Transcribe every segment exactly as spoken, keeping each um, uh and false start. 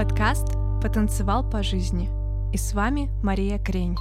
Подкаст «Потанцевал по жизни». И с вами Мария Крень.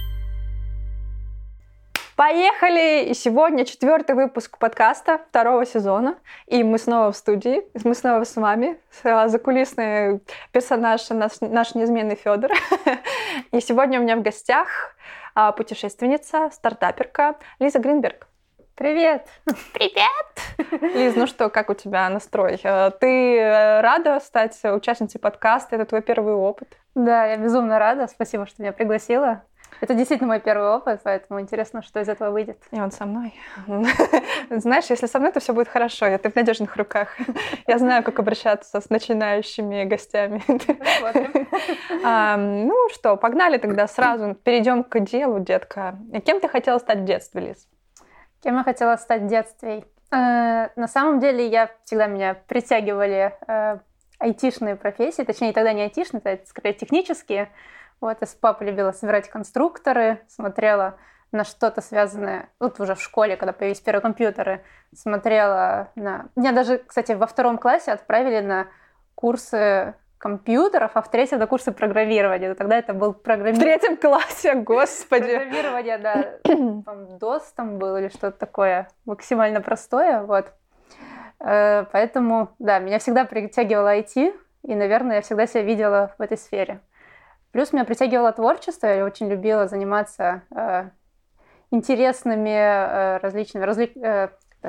Поехали! И сегодня четвертый выпуск подкаста второго сезона. И мы снова в студии. Мы снова с вами. Закулисный персонаж наш, наш неизменный Федор. И сегодня у меня в гостях путешественница, стартаперка Лиза Гринберг. Привет! Привет! Лиз, ну что, как у тебя настрой? Ты рада стать участницей подкаста? Это твой первый опыт? Да, я безумно рада. Спасибо, что меня пригласила. Это действительно мой первый опыт, поэтому интересно, что из этого выйдет. И он со мной. Знаешь, если со мной, то все будет хорошо. Ты в надежных руках. Я знаю, как обращаться с начинающими гостями. Ну что, погнали тогда сразу. Перейдем к делу, детка. Кем ты хотела стать в детстве, Лиз? Кем я хотела стать в детстве? Э, на самом деле, я всегда меня притягивали э, айтишные профессии, точнее, тогда не айтишные, это скорее технические. Вот, я с папой любила собирать конструкторы, смотрела на что-то связанное, вот уже в школе, когда появились первые компьютеры, смотрела на... Меня даже, кстати, во втором классе отправили на курсы компьютеров, а в третьем на курсы программирования. Тогда это был программирование. В третьем классе, господи! Программирование, да. Там дос там был или что-то такое максимально простое, вот. Поэтому, да, меня всегда притягивало ай ти, и, наверное, я всегда себя видела в этой сфере. Плюс меня притягивало творчество, я очень любила заниматься э, интересными э, различными разли... э,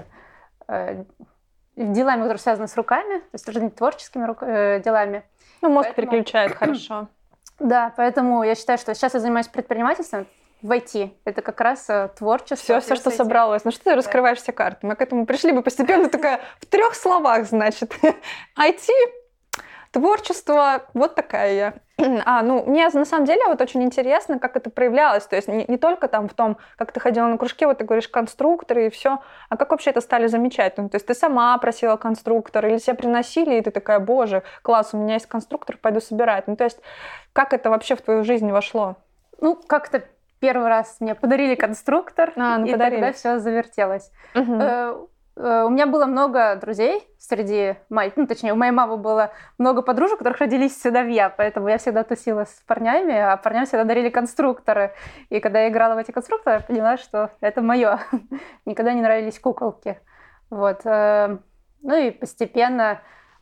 э, делами, которые связаны с руками, то есть разными творческими рук... э, делами. Ну, мозг поэтому... переключает хорошо. Да, поэтому я считаю, что сейчас я занимаюсь предпринимательством в ай ти. Это как раз э, творчество. Все, все, что собралось. Ну что ты раскрываешь все карты? Мы к этому пришли бы постепенно, такая в трех словах, значит. ай ти, творчество, вот такая я. А, ну, мне на самом деле вот очень интересно, как это проявлялось. То есть не, не только там в том, как ты ходила на кружки, вот ты говоришь, конструкторы и все, а как вообще это стали замечать? Ну, то есть ты сама просила конструктор или тебе приносили, и ты такая, боже, класс, у меня есть конструктор, пойду собирать. Ну, то есть как это вообще в твою жизнь вошло? Ну, как-то первый раз мне подарили конструктор, а, ну, и подарили. тогда все завертелось. Угу. Э- У меня было много друзей среди моих, ну, точнее, у моей мамы было много подружек, у которых родились сыновья, поэтому я всегда тусила с парнями, а парням всегда дарили конструкторы. И когда я играла в эти конструкторы, я поняла, что это мое. Никогда не нравились куколки. Вот. Ну и постепенно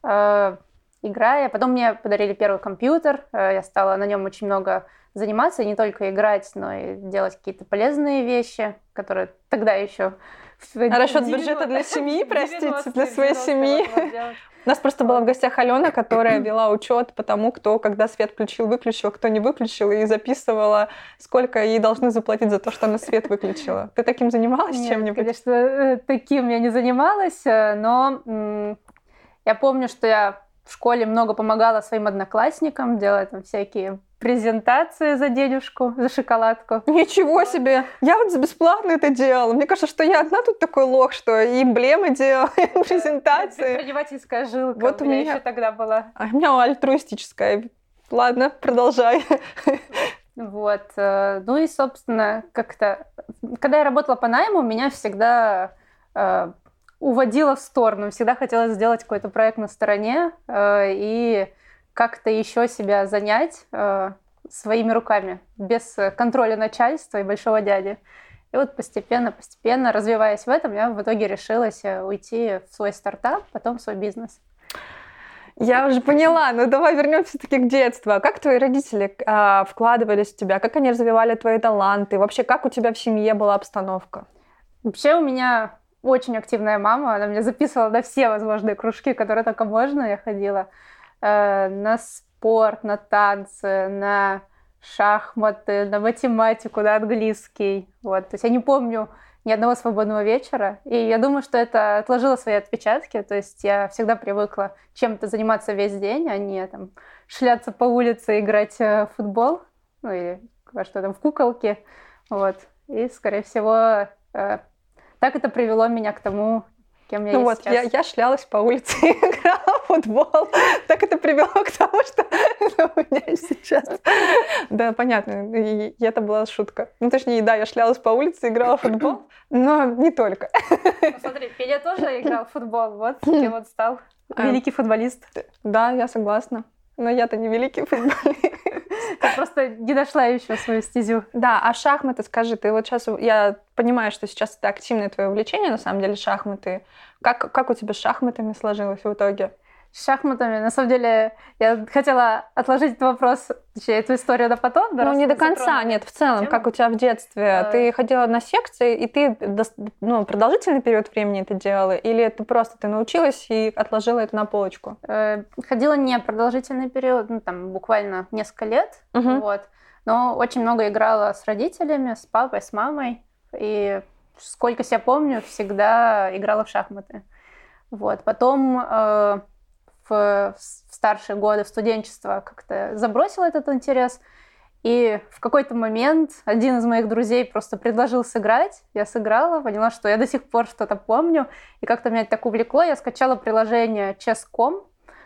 играя, потом мне подарили первый компьютер, я стала на нем очень много заниматься, и не только играть, но и делать какие-то полезные вещи, которые тогда еще... А расчет бюджета для семьи, простите, для своей семьи. У нас просто была в гостях Алена, которая вела учет по тому, кто когда свет включил, выключил, кто не выключил, и записывала, сколько ей должны заплатить за то, что она свет выключила. Ты таким занималась Нет, чем-нибудь? Конечно, таким я не занималась, но м- я помню, что я в школе много помогала своим одноклассникам, делая там всякие презентации за денежку, за шоколадку. Ничего себе! Я вот за бесплатно это делала. Мне кажется, что я одна тут такой лох, что и эмблемы делала, и презентации. Предпринимательская жилка вот у меня еще тогда была. А у меня альтруистическая. Ладно, продолжай. Вот. Ну и, собственно, как-то... Когда я работала по найму, меня всегда э, уводило в сторону. Всегда хотелось сделать какой-то проект на стороне э, и как-то еще себя занять э, своими руками, без контроля начальства и большого дяди. И вот постепенно, постепенно, развиваясь в этом, я в итоге решилась уйти в свой стартап, потом в свой бизнес. Я уже поняла, но давай вернемся все-таки к детству. Как твои родители э, вкладывались в тебя? Как они развивали твои таланты? Вообще, как у тебя в семье была обстановка? Вообще у меня очень активная мама. Она меня записывала на все возможные кружки, которые только можно. Я ходила э, на спорт, на танцы, на шахматы, на математику, на английский. Вот. То есть я не помню ни одного свободного вечера. И я думаю, что это отложило свои отпечатки. То есть я всегда привыкла чем-то заниматься весь день, а не там, шляться по улице, играть в футбол, ну или во что там, в куколки. Вот. И, скорее всего, э, так это привело меня к тому, кем я ну есть вот, сейчас. Я, я шлялась по улице и играла в футбол. Так это привело к тому, что у меня сейчас. Да, понятно. И это была шутка. Ну, точнее, да, я шлялась по улице, играла в футбол, но не только. Ну, смотри, Петя тоже играл в футбол. Вот кем он стал. Великий футболист. Да, я согласна. но я-то не великий футболист. Ты просто не дошла еще свою стезю. Да, а шахматы, скажи, ты вот сейчас, я понимаю, что сейчас это активное твое увлечение, на самом деле, шахматы. Как, как у тебя с шахматами сложилось в итоге? С шахматами, на самом деле, я хотела отложить этот вопрос, точнее, эту историю на потом. Ну, не до конца, нет, в целом, тему. Как у тебя в детстве. А... Ты ходила на секции, и ты ну, продолжительный период времени это делала? Или это просто ты научилась и отложила это на полочку? Ходила не продолжительный период, ну, там, буквально несколько лет, угу. вот. Но очень много играла с родителями, с папой, с мамой. И сколько себя помню, всегда играла в шахматы. Вот. Потом... Э- в старшие годы, в студенчество как-то забросила этот интерес. И в какой-то момент один из моих друзей просто предложил сыграть. Я сыграла, поняла, что я до сих пор что-то помню. И как-то меня это так увлекло. Я скачала приложение чес точка ком.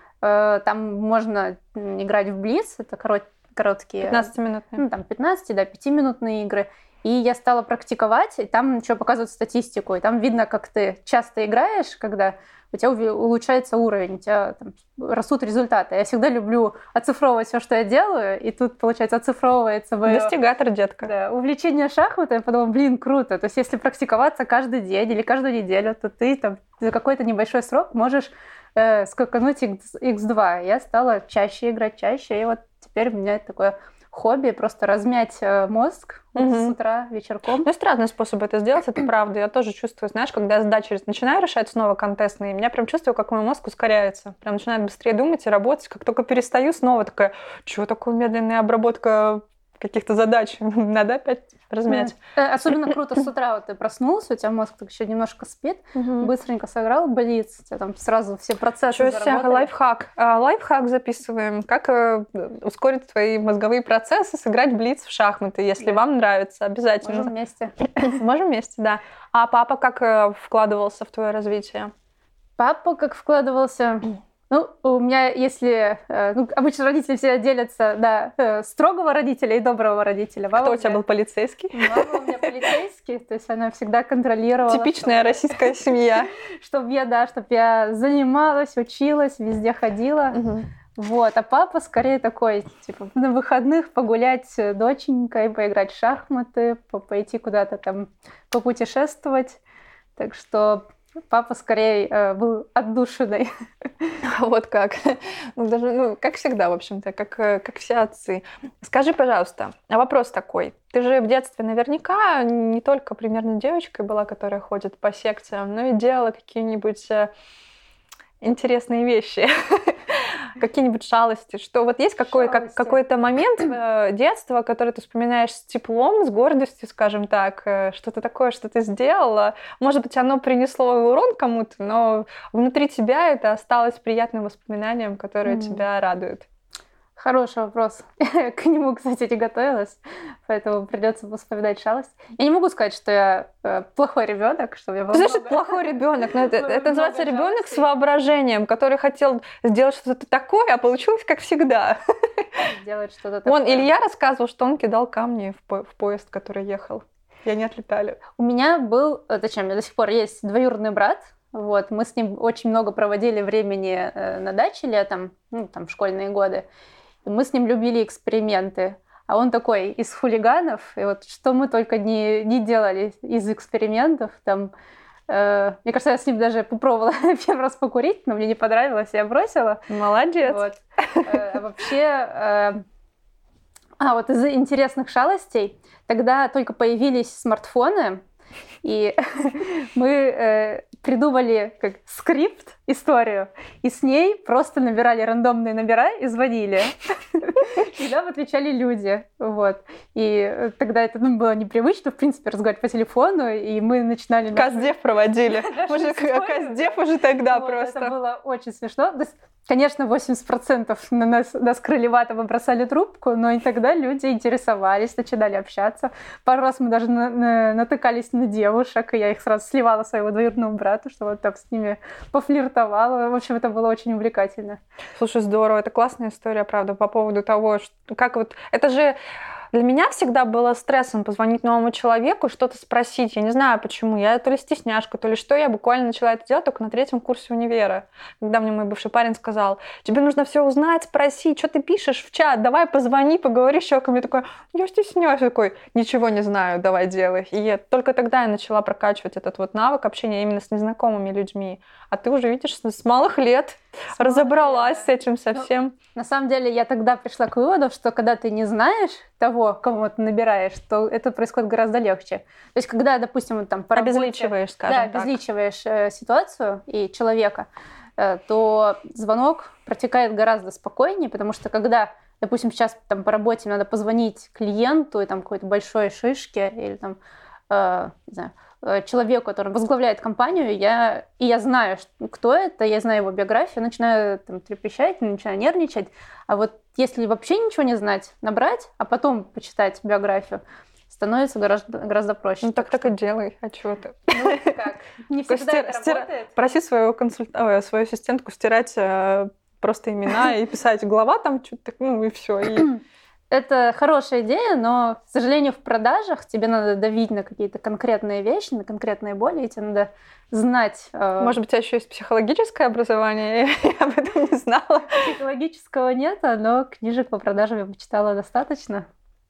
Там можно играть в Блиц. Это корот, короткие... пятнадцатиминутные. Ну, там пятнадцать, да, пятиминутные игры. И я стала практиковать, и там еще показывают статистику. И там видно, как ты часто играешь, когда... у тебя улучшается уровень, у тебя там растут результаты. Я всегда люблю оцифровывать все, что я делаю, и тут, получается, оцифровывается мое... Достигатор, детка. Да, увлечение шахматами. Я подумала, блин, круто. То есть если практиковаться каждый день или каждую неделю, то ты там за какой-то небольшой срок можешь э, скакануть икс два. Я стала чаще играть, чаще, и вот теперь у меня это такое... хобби, просто размять мозг угу. с утра, вечерком. Ну, есть разные способы это сделать, это правда. Я тоже чувствую, знаешь, когда я задачи начинаю решать снова контестные, я прям чувствую, как мой мозг ускоряется. Прям начинает быстрее думать и работать. Как только перестаю, снова такая, чего такое медленная обработка каких-то задач? Надо опять размять. Особенно круто с утра вот ты проснулся, у тебя мозг так еще немножко спит, угу. быстренько сыграл Блиц, у тебя там сразу все процессы заработали. Лайфхак. А, лайфхак записываем. Как э, ускорить твои мозговые процессы, сыграть Блиц в шахматы, если да. вам нравится. Обязательно. Можем вместе. Можем вместе, да. А папа как э, вкладывался в твое развитие? Папа как вкладывался... Ну, у меня, если... Ну, обычно родители все делятся на строгого родителя и доброго родителя. Мама Кто у тебя меня... был полицейский? Мама у меня полицейский, то есть она всегда контролировала. Типичная чтобы... российская семья. Чтобы я, да, чтобы я занималась, училась, везде ходила. Вот, а папа скорее такой, типа, на выходных погулять с доченькой, поиграть в шахматы, пойти куда-то там попутешествовать. Так что... Папа скорее э, был отдушиной. Вот как. Ну, даже, ну, как всегда, в общем-то, как, как все отцы. Скажи, пожалуйста, а вопрос такой. Ты же в детстве наверняка не только примерно девочкой была, которая ходит по секциям, но и делала какие-нибудь интересные вещи. Какие-нибудь шалости, что вот есть какой, как, какой-то момент э, детства, который ты вспоминаешь с теплом, с гордостью, скажем так, э, что-то такое, что ты сделала. Может быть, оно принесло урон кому-то, но внутри тебя это осталось приятным воспоминанием, которое mm. тебя радует. Хороший вопрос. К нему, кстати, не готовилась, поэтому придется вспоминать шалость. Я не могу сказать, что я э, плохой ребенок, что я. Значит, плохой ребенок. Это, это называется ребенок с воображением, который хотел сделать что-то такое, а получилось как всегда. Сделать что-то такое. Вон Илья рассказывал, что он кидал камни в, по- в поезд, который ехал, и они отлетали. У меня был, точнее, у меня до сих пор есть двоюродный брат. Вот, мы с ним очень много проводили времени э, на даче летом, ну, там, в школьные годы. И мы с ним любили эксперименты. А он такой из хулиганов. И вот что мы только не, не делали из экспериментов. Там, э, мне кажется, я с ним даже попробовала первый раз покурить, но мне не понравилось, я бросила. Молодец. Вот. Э, а вообще... Э, а, вот из интересных шалостей. Тогда только появились смартфоны. И мы э, придумали как скрипт, историю, и с ней просто набирали рандомные номера и звонили. И нам отвечали люди. Вот. И тогда это ну, было непривычно, в принципе, разговаривать по телефону, и мы начинали... Каздев проводили. Мы же Каздев уже тогда просто. Это было очень смешно. Конечно, восемьдесят процентов на нас, нас крылевато бросали трубку, но и тогда люди интересовались, начинали общаться. Пару раз мы даже на, на, натыкались на девушек, и я их сразу сливала своего двоюродному брату, что вот так с ними пофлиртовала. В общем, это было очень увлекательно. Слушай, здорово. Это классная история, правда, по поводу того, что, как вот... Это же... Для меня всегда было стрессом позвонить новому человеку, что-то спросить. Я не знаю, почему. Я то ли стесняшка, то ли что. Я буквально начала это делать только на третьем курсе универа. Когда мне мой бывший парень сказал: тебе нужно все узнать, спросить, что ты пишешь в чат, давай позвони, поговори с человеком. Я такой: я стесняюсь. Я такой: ничего не знаю, давай делай. И я, только тогда я начала прокачивать этот вот навык общения именно с незнакомыми людьми. А ты уже, видишь, с малых лет с разобралась лет. С этим совсем. Ну, на самом деле, я тогда пришла к выводу, что когда ты не знаешь того, кому ты набираешь, то это происходит гораздо легче. То есть, когда, допустим, там по работе... Обезличиваешь, скажем да, так. обезличиваешь э, ситуацию и человека, э, то звонок протекает гораздо спокойнее, потому что когда, допустим, сейчас там по работе надо позвонить клиенту и там какой-то большой шишке или там, э, не знаю, человеку, который возглавляет компанию, я, и я знаю, кто это, я знаю его биографию, начинаю там трепещать, начинаю нервничать. А вот если вообще ничего не знать, набрать, а потом почитать биографию, становится гораздо, гораздо проще. Ну так так, так и делай, а чего ты? Ну как, не всегда стир, это стир, работает. Проси свою, консуль... Ой, свою ассистентку стирать э, просто имена и писать глава там, что-то, ну и все. И... Это хорошая идея, но, к сожалению, в продажах тебе надо давить на какие-то конкретные вещи, на конкретные боли, и тебе надо знать... Э... Может быть, у тебя еще есть психологическое образование? Я об этом не знала. Психологического нет, но книжек по продажам я почитала достаточно.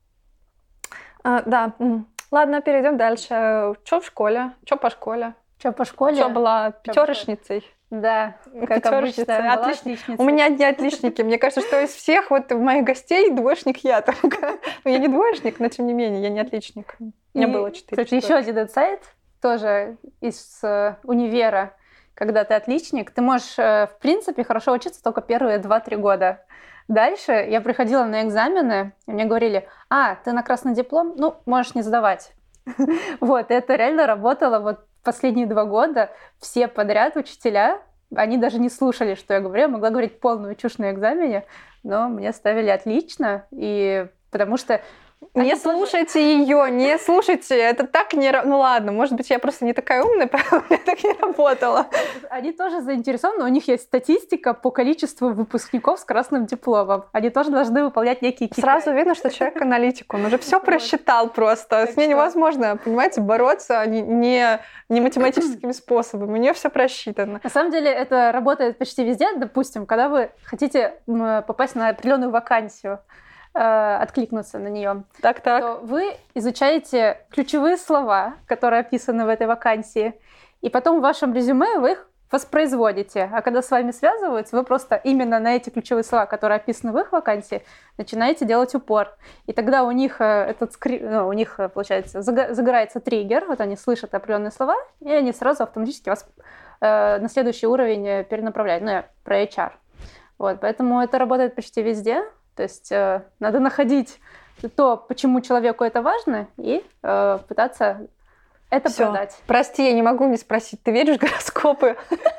А, да. Ладно, перейдем дальше. Что в школе? Что по школе? Что по школе? Что была пятерочницей? Да, как обычно, была отличницей. У меня не отличники. Мне кажется, что из всех вот моих гостей двоечник я только. Ну, я не двоечник, но тем не менее, я не отличник. У меня было четыре. Кстати, еще один инсайт, тоже из э, универа, когда ты отличник, ты можешь, э, в принципе, хорошо учиться только первые два-три года. Дальше я приходила на экзамены, и мне говорили: а, ты на красный диплом? Ну, можешь не сдавать. Вот, это реально работало вот последние два года. Все подряд учителя, они даже не слушали, что я говорю. Я могла говорить полную чушь на экзамене, но мне ставили отлично, и потому что... Не слушайте тоже... ее, не слушайте, это так не... Ну ладно, может быть, я просто не такая умная, поэтому я так не работала. Они тоже заинтересованы, у них есть статистика по количеству выпускников с красным дипломом. Они тоже должны выполнять некие кей пи ай. Сразу видно, что человек аналитик, он уже все просчитал просто. С ней невозможно, понимаете, бороться не, не, не математическими способами, у нее все просчитано. На самом деле это работает почти везде. Допустим, когда вы хотите попасть на определенную вакансию, откликнуться на нее, так, так. то вы изучаете ключевые слова, которые описаны в этой вакансии, и потом в вашем резюме вы их воспроизводите. А когда с вами связываются, вы просто именно на эти ключевые слова, которые описаны в их вакансии, начинаете делать упор. И тогда у них этот скри... ну, у них, получается, загорается триггер, вот они слышат определенные слова, и они сразу автоматически вас э, на следующий уровень перенаправляют. Ну, я про эйч ар. Вот, поэтому это работает почти везде. То есть э, надо находить то, почему человеку это важно, и э, пытаться это Всё. продать. Прости, я не могу не спросить, ты веришь в гороскопы?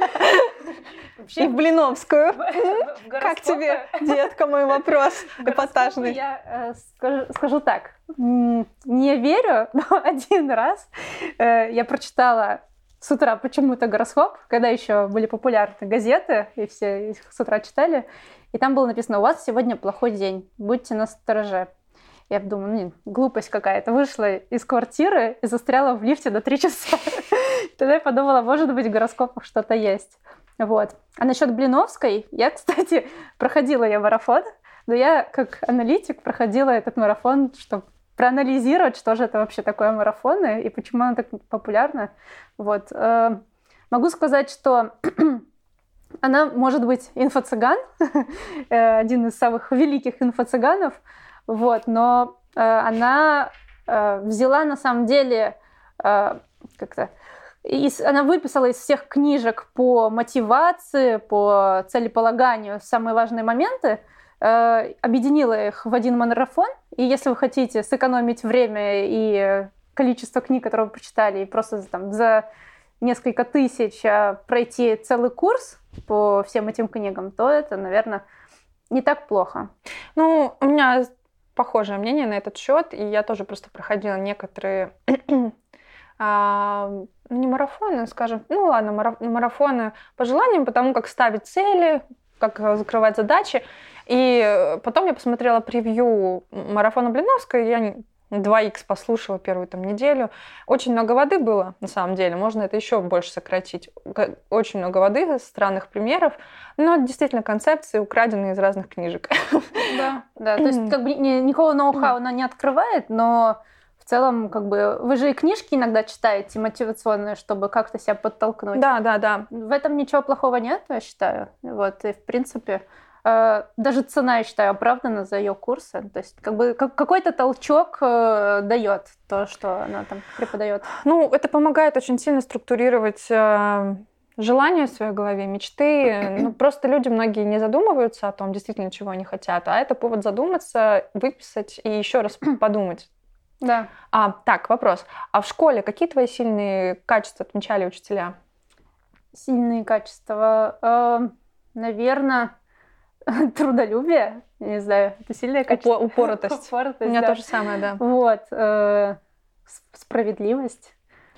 И в Блиновскую. Как тебе, детка, мой вопрос эпатажный? Я скажу так, не верю, но один раз я прочитала с утра почему-то гороскоп, когда еще были популярны газеты, и все их с утра читали. И там было написано: у вас сегодня плохой день, будьте настороже. Я думаю, ну, глупость какая-то. Вышла из квартиры и застряла в лифте до три часа. Тогда я подумала, может быть, в гороскопах что-то есть. Вот. А насчет Блиновской, я, кстати, проходила я марафон, но я как аналитик проходила этот марафон, чтобы проанализировать, что же это вообще такое марафоны и почему оно так популярно. Вот. Могу сказать, что она может быть инфо-цыган, один из самых великих инфо-цыганов, вот, но э, она э, взяла на самом деле э, как-то, из, она выписала из всех книжек по мотивации, по целеполаганию самые важные моменты, э, объединила их в один марафон, и если вы хотите сэкономить время и количество книг, которые вы прочитали, и просто там, за несколько тысяч пройти целый курс по всем этим книгам, то это, наверное, не так плохо. Ну, у меня похожее мнение на этот счет, и я тоже просто проходила некоторые а, не марафоны, скажем, ну ладно, марафоны по желаниям, потому как ставить цели, как закрывать задачи. И потом я посмотрела превью марафона Блиновской, я два икс послушала первую там неделю. Очень много воды было, на самом деле. Можно это еще больше сократить. Очень много воды, странных примеров. Но действительно концепции, украденные из разных книжек. Да, да. То есть как бы никакого ноу-хау она не открывает, но в целом, как бы, вы же и книжки иногда читаете мотивационные, чтобы как-то себя подтолкнуть. Да, да, да. В этом ничего плохого нет, я считаю. Вот, и в принципе... Даже цена, я считаю, оправдана за ее курсы. То есть как бы какой-то толчок э, дает то, что она там преподает. Ну, это помогает очень сильно структурировать э, желания в своей голове, мечты. Ну, просто люди многие не задумываются о том, действительно, чего они хотят. А это повод задуматься, выписать и еще раз подумать. Да. А, так, вопрос. А в школе какие твои сильные качества отмечали учителя? Сильные качества? Э, наверное... Трудолюбие, не знаю, это сильное качество. Упоротость. Упоротость. У меня да. то же самое, да. Вот. Э, справедливость.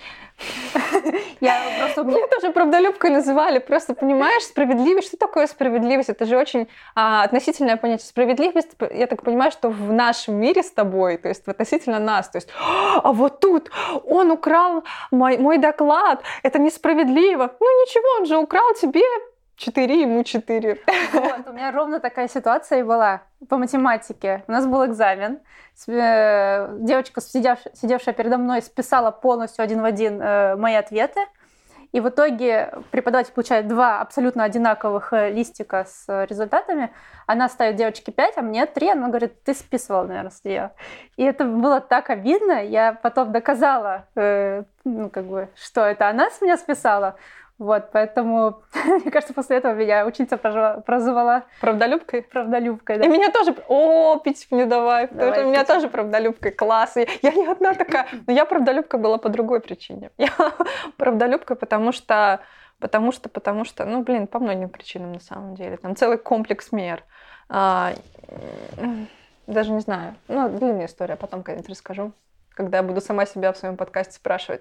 Я просто... Меня тоже правдолюбкой называли. Просто понимаешь, справедливость. Что такое справедливость? Это же очень а, относительное понятие. Справедливость, я так понимаю, что в нашем мире с тобой, то есть относительно нас. То есть, а вот тут он украл мой, мой доклад. Это несправедливо. Ну ничего, он же украл тебе... Четыре, ему четыре. Вот, у меня ровно такая ситуация и была по математике. У нас был экзамен. Девочка, сидевшая, сидевшая передо мной, списала полностью один в один э, мои ответы. И в итоге преподаватель получает два абсолютно одинаковых листика с результатами. Она ставит девочке пять, а мне три. Она говорит, ты списывала, наверное, с нее. И это было так обидно. Я потом доказала, э, ну, как бы, что это она с меня списала. Вот, поэтому, мне кажется, после этого меня учительница прозвала... Правдолюбкой? Правдолюбкой, да. И меня тоже... О, пить мне давай. давай Потому что у меня тоже правдолюбкой. Класс. Я, я не одна такая. Но я правдолюбка была по другой причине. Я правдолюбка, потому что... Потому что, потому что... Ну, блин, по многим причинам на самом деле. Там целый комплекс мер. А, даже не знаю. Ну, длинная история. Потом когда-нибудь расскажу. Когда я буду сама себя в своем подкасте спрашивать.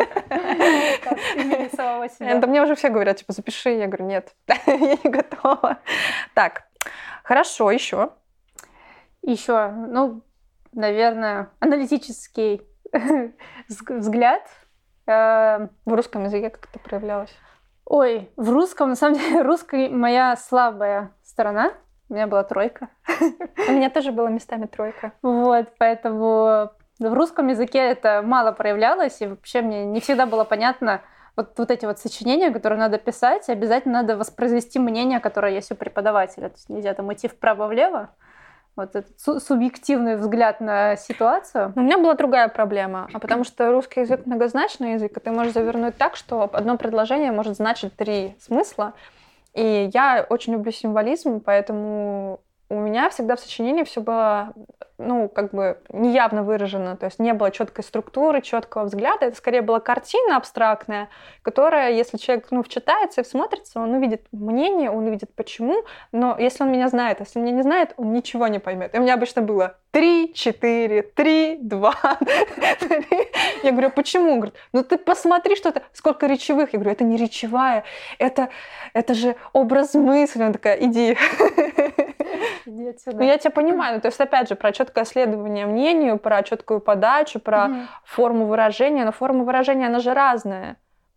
Самого себя. Да мне уже все говорят, типа, запиши. Я говорю, нет, я не готова. Так, хорошо, еще. Еще, ну, наверное, аналитический взгляд. В русском языке как это проявлялось? Ой, в русском, на самом деле, русский моя слабая сторона. У меня была тройка. У меня тоже была местами тройка. Вот, поэтому... В русском языке это мало проявлялось, и вообще мне не всегда было понятно вот, вот эти вот сочинения, которые надо писать, и обязательно надо воспроизвести мнение, которое есть у преподавателя. То есть нельзя там идти вправо-влево. Вот этот су- субъективный взгляд на ситуацию. У меня была другая проблема, а потому что русский язык многозначный язык, и ты можешь завернуть так, что одно предложение может значить три смысла. И я очень люблю символизм, поэтому... У меня всегда в сочинении все было, ну, как бы неявно выражено, то есть не было четкой структуры, четкого взгляда. Это скорее была картина абстрактная, которая, если человек, ну, вчитается и всмотрится, он увидит мнение, он увидит почему, но если он меня знает, если он меня не знает, он ничего не поймет. И у меня обычно было три, четыре, три, два, три. Я говорю, почему? Он говорит, ну ты посмотри, что это, сколько речевых. Я говорю, это не речевая, это, это же образ мысли. Она такая, иди. Ну, я тебя понимаю. Ну, то есть, опять же, про четкое следование мнению, про четкую подачу, про mm-hmm. форму выражения. Но форма выражения, она же разная.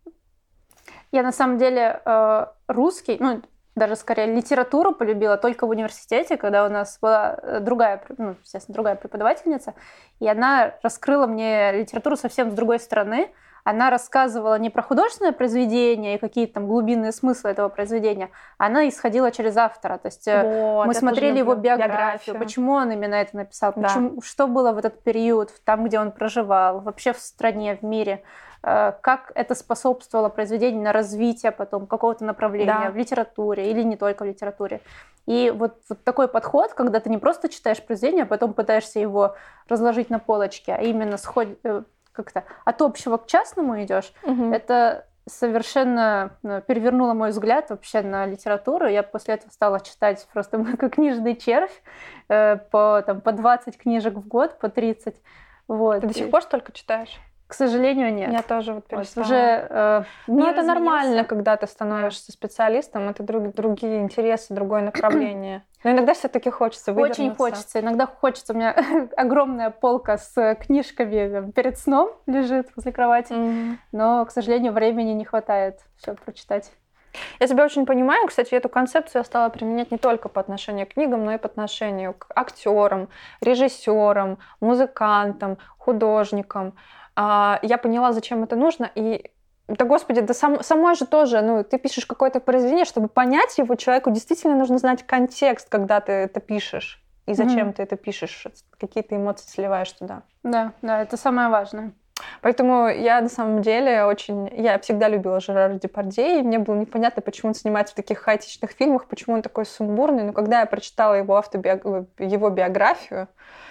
Я, на самом деле, русский, ну, даже, скорее, литературу полюбила только в университете, когда у нас была другая, ну, естественно, другая преподавательница, и она раскрыла мне литературу совсем с другой стороны. Она рассказывала не про художественное произведение и какие-то там глубинные смыслы этого произведения, она исходила через автора. То есть вот, мы смотрели его биографию, биографию, почему он именно это написал, да. почему, что было в этот период, там, где он проживал, вообще в стране, в мире, как это способствовало произведению на развитие потом какого-то направления да. в литературе или не только в литературе. И вот, вот такой подход, когда ты не просто читаешь произведение, а потом пытаешься его разложить на полочке, а именно сходить... как-то от общего к частному идешь, угу. это совершенно перевернуло мой взгляд вообще на литературу. Я после этого стала читать просто как книжный червь по, там, по двадцать книжек в год, по тридцать. Вот. Ты до сих пор столько читаешь? К сожалению, нет. Я тоже вот перестала. Вот, уже, э, ну, это нормально, когда ты становишься специалистом, это друг, другие интересы, другое направление. Но иногда все-таки хочется вывернуться. Очень хочется. Иногда хочется. У меня огромная полка с книжками перед сном лежит возле кровати, mm-hmm. но, к сожалению, времени не хватает все прочитать. Я тебя очень понимаю. Кстати, эту концепцию я стала применять не только по отношению к книгам, но и по отношению к актерам, режиссерам, музыкантам, художникам. Я поняла, зачем это нужно, и да, господи, да сам, самой же тоже, ну, ты пишешь какое-то произведение, чтобы понять его, человеку действительно нужно знать контекст, когда ты это пишешь, и зачем mm-hmm. ты это пишешь, какие ты эмоции сливаешь туда. Да, да, это самое важное. Поэтому я на самом деле очень... Я всегда любила Жерара Депардье, и мне было непонятно, почему он снимается в таких хаотичных фильмах, почему он такой сумбурный, но когда я прочитала его, автобиог... его биографию,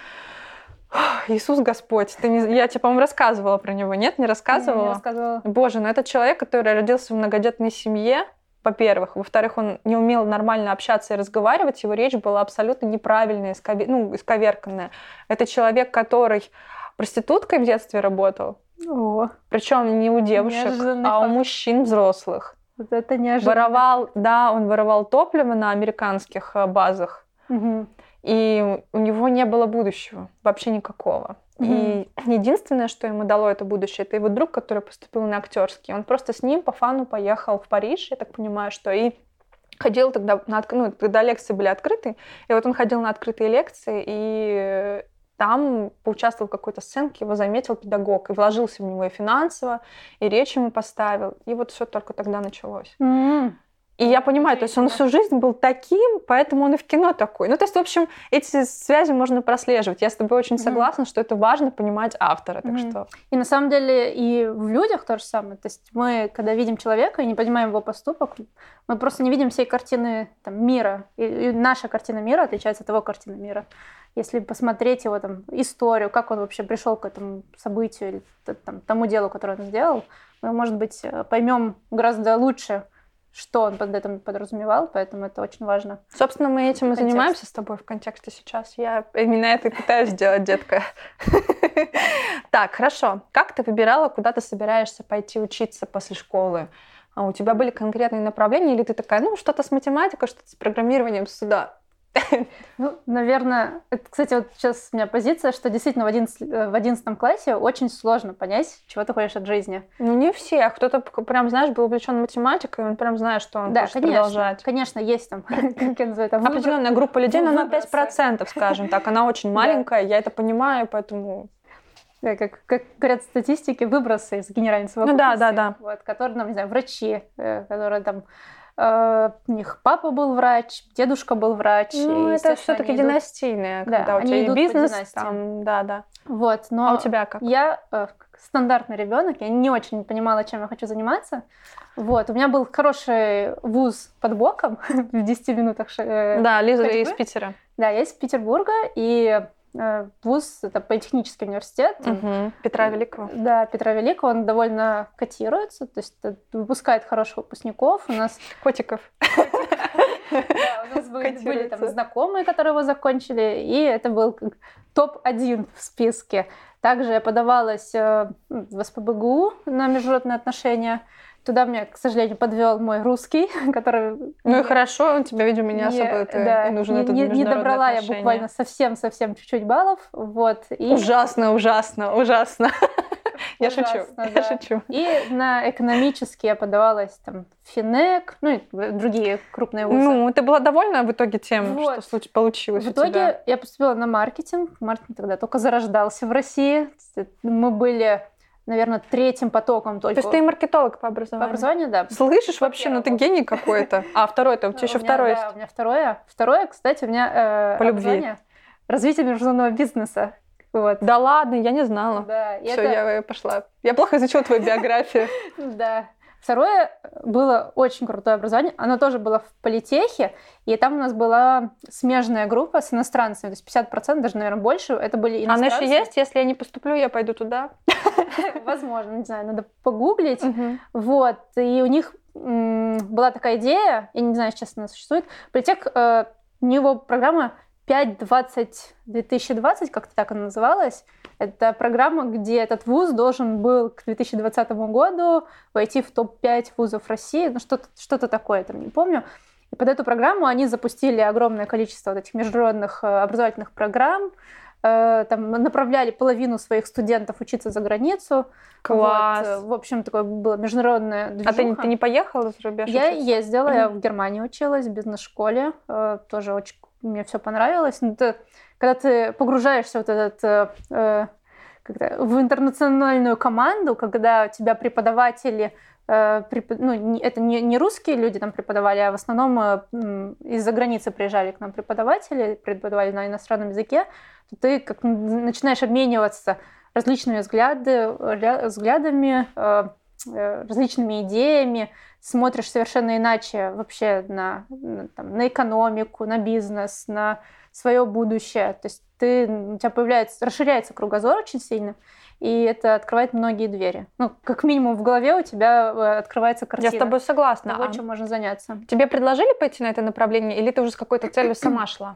Иисус Господь, ты не... я тебе, по-моему, рассказывала про него, нет? Не рассказывала? Не, не рассказывала. Боже, ну это человек, который родился в многодетной семье, во-первых. Во-вторых, он не умел нормально общаться и разговаривать, его речь была абсолютно неправильная, исковер... ну, исковерканная. Это человек, который проституткой в детстве работал, причем не у девушек, неожиданный а факт. У мужчин взрослых. Вот это неожиданно. Воровал, да, он воровал топливо на американских базах. Угу. И у него не было будущего, вообще никакого. Mm-hmm. И единственное, что ему дало это будущее, это его друг, который поступил на актерский. Он просто с ним по фану поехал в Париж, я так понимаю, что и ходил тогда, на, ну, когда лекции были открыты, и вот он ходил на открытые лекции, и там поучаствовал в какой-то сценке, его заметил педагог, и вложился в него и финансово, и речь ему поставил, и вот все только тогда началось. Mm-hmm. И я понимаю, то есть он всю жизнь был таким, поэтому он и в кино такой. Ну, то есть, в общем, эти связи можно прослеживать. Я с тобой очень согласна, mm-hmm. что это важно понимать автора. Так mm-hmm. что... И на самом деле и в людях то же самое. То есть мы, когда видим человека и не понимаем его поступок, мы просто не видим всей картины там, мира. И, и наша картина мира отличается от его картины мира. Если посмотреть его там, историю, как он вообще пришел к этому событию или там, тому делу, которое он сделал, мы, может быть, поймем гораздо лучше, что он под этим подразумевал, поэтому это очень важно. Собственно, мы этим и занимаемся с тобой в контексте сейчас. Я именно это и пытаюсь сделать, детка. Так, хорошо. Как ты выбирала, куда ты собираешься пойти учиться после школы? А у тебя были конкретные направления, или ты такая, ну, что-то с математикой, что-то с программированием сюда? Ну, наверное, это, кстати, вот сейчас у меня позиция, что действительно в одиннадцатом классе очень сложно понять, чего ты хочешь от жизни. Ну, не все. Кто-то прям, знаешь, был увлечен математикой, он прям знает, что он да, хочет конечно, продолжать. Конечно, есть там, как я называю, там определенная группа людей, но она пять процентов, скажем так. Она очень маленькая, я это понимаю, поэтому... Да, как, как говорят статистики, выбросы из генеральной совокупности. Ну да, да, да. Вот, которые, ну, не знаю, врачи, которые там... Uh, у них папа был врач, дедушка был врач. Ну, это все-таки идут... династийное, когда да, у тебя и бизнес, там, да, да. Вот, но а у тебя как? Я э, стандартный ребенок, я не очень понимала, чем я хочу заниматься. Вот, у меня был хороший вуз под боком в десяти минутах. Э, да, Лиза из Питера. Да, я из Петербурга, и э, вуз — это политехнический университет. Угу. Петра Великого. Да, Петра Великого, он довольно котируется, то есть выпускает хороших выпускников. У нас... Котиков. Да, у нас были там знакомые, которые его закончили, и это был топ один в списке. Также я подавалась в СПбГУ на международные отношения. Туда меня, к сожалению, подвел мой русский, который... Ну и хорошо, он тебя, видимо, не особо это да, и нужен не, этот не, международные не добрала отношения. Я буквально совсем-совсем чуть-чуть баллов. Вот, и... Ужасно, ужасно, ужасно. Я шучу, да. я шучу. И на экономический я подавалась там, в Финек, ну и другие крупные вузы. Ну, ты была довольна в итоге тем, вот. что получилось в у тебя? В итоге я поступила на маркетинг. Маркетинг тогда только зарождался в России. Мы были... наверное, третьим потоком только. То есть ты маркетолог по образованию? По образованию, да. Слышишь, вообще, ну ты гений какой-то. А второй-то, у тебя еще второй есть? Да, у меня второе. Второе, кстати, у меня образование развитие международного бизнеса. Вот. Да ладно, я не знала. Да, Все, это... я пошла. Я плохо изучила твою биографию. Да. Второе было очень крутое образование. Оно тоже было в политехе, и там у нас была смежная группа с иностранцами, то есть пятьдесят процентов, даже, наверное, больше, это были иностранцы. Она еще есть? Если я не поступлю, я пойду туда? Возможно, не знаю, надо погуглить. Вот, и у них была такая идея, я не знаю, сейчас она существует, политех, у него программа пять двадцать две тысячи двадцать, как-то так она называлась. Это программа, где этот вуз должен был к две тысячи двадцатому году войти в топ пять вузов России, ну что-то, что-то такое, там не помню. И под эту программу они запустили огромное количество вот этих международных образовательных программ, там направляли половину своих студентов учиться за границу. Класс! Вот. В общем, такое было международное движуха. А ты, ты не поехала за рубеж? Я учиться? ездила, mm-hmm. я в Германии училась, в бизнес-школе. Тоже очень мне все понравилось. Но ты, когда ты погружаешься вот этот, э, в интернациональную команду, когда у тебя преподаватели, э, препод... ну, это не, не русские люди там преподавали, а в основном э, из-за границы приезжали к нам преподаватели, преподавали на иностранном языке, то ты как начинаешь обмениваться различными взгляды, взглядами, э, различными идеями, смотришь совершенно иначе вообще на, на, там, на экономику, на бизнес, на свое будущее. То есть ты, у тебя появляется, расширяется кругозор очень сильно, и это открывает многие двери. Ну, как минимум в голове у тебя открывается картина. Я с тобой согласна. Того, а чем можно заняться. Тебе предложили пойти на это направление, или ты уже с какой-то целью сама шла?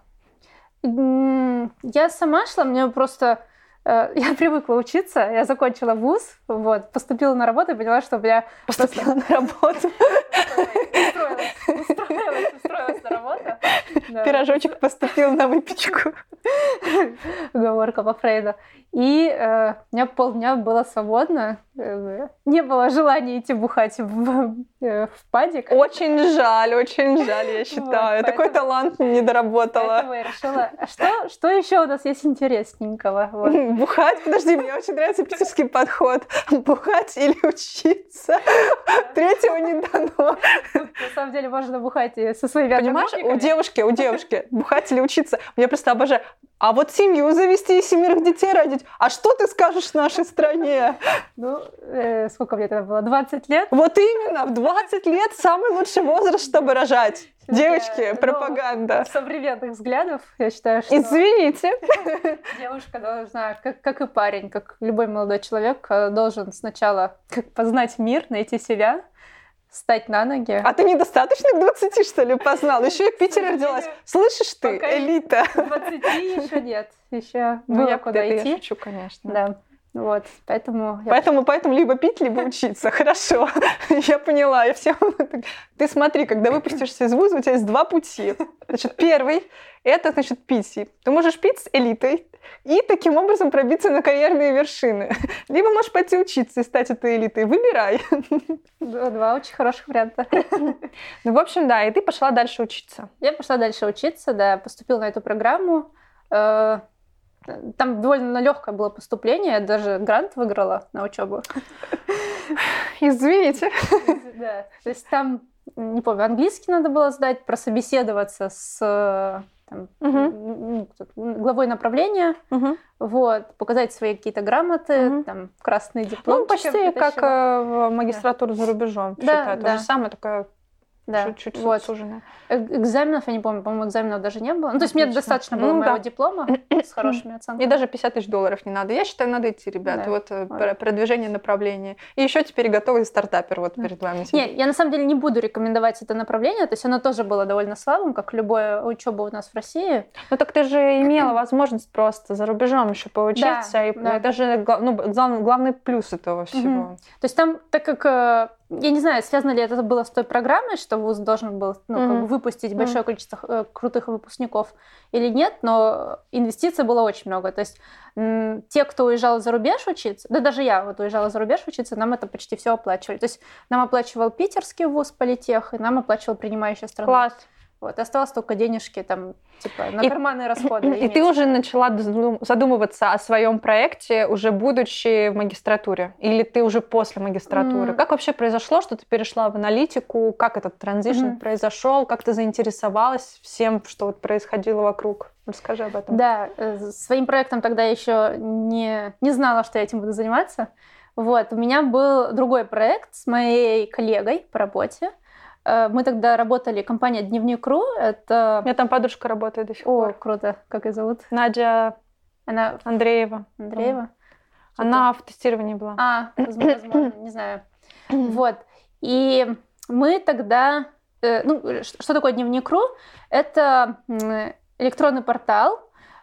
Я сама шла, мне просто... Я привыкла учиться, я закончила вуз, вот, поступила на работу и поняла, что у меня... Поступила на работу. Устроилась, устроилась, устроилась на работу. Пирожочек поступил на выпечку. Оговорка по Фрейду. И э, у меня полдня было свободно. Э, не было желания идти бухать в, э, в падик. Очень жаль, очень жаль, я считаю. Вот, Такой поэтому, талант не доработала. Поэтому я решила, а что, что еще у нас есть интересненького? Вот. Бухать? Подожди, мне очень нравится питерский подход. Бухать или учиться? Третьего не дано. На самом деле можно бухать и со своими одногруппниками. Понимаешь, у девушки, у девушки бухать или учиться. Я просто обожаю. А вот семью завести и семерых детей родить. А что ты скажешь в нашей стране? Ну, э, сколько мне тогда было? двадцать лет? Вот именно, в двадцать лет самый лучший возраст, чтобы рожать. Девочки, ну, пропаганда. Современных взглядов, я считаю, что... Извините. Девушка должна, как, как и парень, как любой молодой человек, должен сначала как познать мир, найти себя, встать на ноги. А ты недостаточно к двадцати, что ли, познал? Еще и в Питере родилась. Слышишь ты, пока элита? К двадцати еще нет. Еще ну, было я, куда это идти. Я шучу, конечно. Да. Вот, поэтому... Поэтому, я... поэтому либо пить, либо учиться. Хорошо, я поняла. Я всем... Ты смотри, когда выпустишься из вуза, у тебя есть два пути. Значит, первый – это, значит, пить. Ты можешь пить с элитой и таким образом пробиться на карьерные вершины. Либо можешь пойти учиться и стать этой элитой. Выбирай. Два очень хороших варианта. Ну, в общем, да, и ты пошла дальше учиться. Я пошла дальше учиться, да, поступила на эту программу. Там довольно легкое было поступление, я даже грант выиграла на учебу. Извините. Да. То есть там, не помню, английский надо было сдать, прособеседоваться с там, угу. главой направления, угу. вот, показать свои какие-то грамоты, угу. там, красные дипломы. Ну, почти как в магистратуру за рубежом. Да, считаю. да. То же самое, такое... Да, чуть-чуть вот. суженное. Экзаменов, я не помню, по-моему, экзаменов даже не было. Ну, то есть мне достаточно было ну, моего да. диплома с хорошими оценками. И даже пятьдесят тысяч долларов не надо. Я считаю, надо идти, ребята. Да. Вот, вот продвижение направления. И еще теперь готовый стартапер вот да. перед вами. Нет, я на самом деле не буду рекомендовать это направление. То есть оно тоже было довольно слабым, как любая учеба у нас в России. Ну так ты же имела возможность просто за рубежом еще поучиться. Да, и да. Это же ну, главный, главный плюс этого всего. Угу. То есть там, так как... Я не знаю, связано ли это было с той программой, что вуз должен был ну, mm-hmm. как бы выпустить большое mm-hmm. количество э, крутых выпускников или нет, но инвестиций было очень много. То есть м, те, кто уезжал за рубеж учиться, да даже я вот уезжала за рубеж учиться, нам это почти все оплачивали. То есть нам оплачивал питерский вуз Политех, и нам оплачивал принимающая страна. Класс. Вот, осталось только денежки там, типа, на и, карманные расходы. И иметь. Ты уже начала задумываться о своем проекте, уже будучи в магистратуре? Или ты уже после магистратуры? Mm. Как вообще произошло, что ты перешла в аналитику? Как этот транзишн mm-hmm. произошел? Как ты заинтересовалась всем, что вот происходило вокруг? Расскажи об этом. Да, своим проектом тогда я еще не, не знала, что я этим буду заниматься. Вот, у меня был другой проект с моей коллегой по работе. Мы тогда работали, компания Дневник.ру, это... У меня там подружка работает до сих пор. О, круто. Как ее зовут? Надя Она... Андреева. Андреева? Она в тестировании была. А, возможно, не знаю. Вот. И мы тогда... Ну, что такое Дневник.ру? Это электронный портал,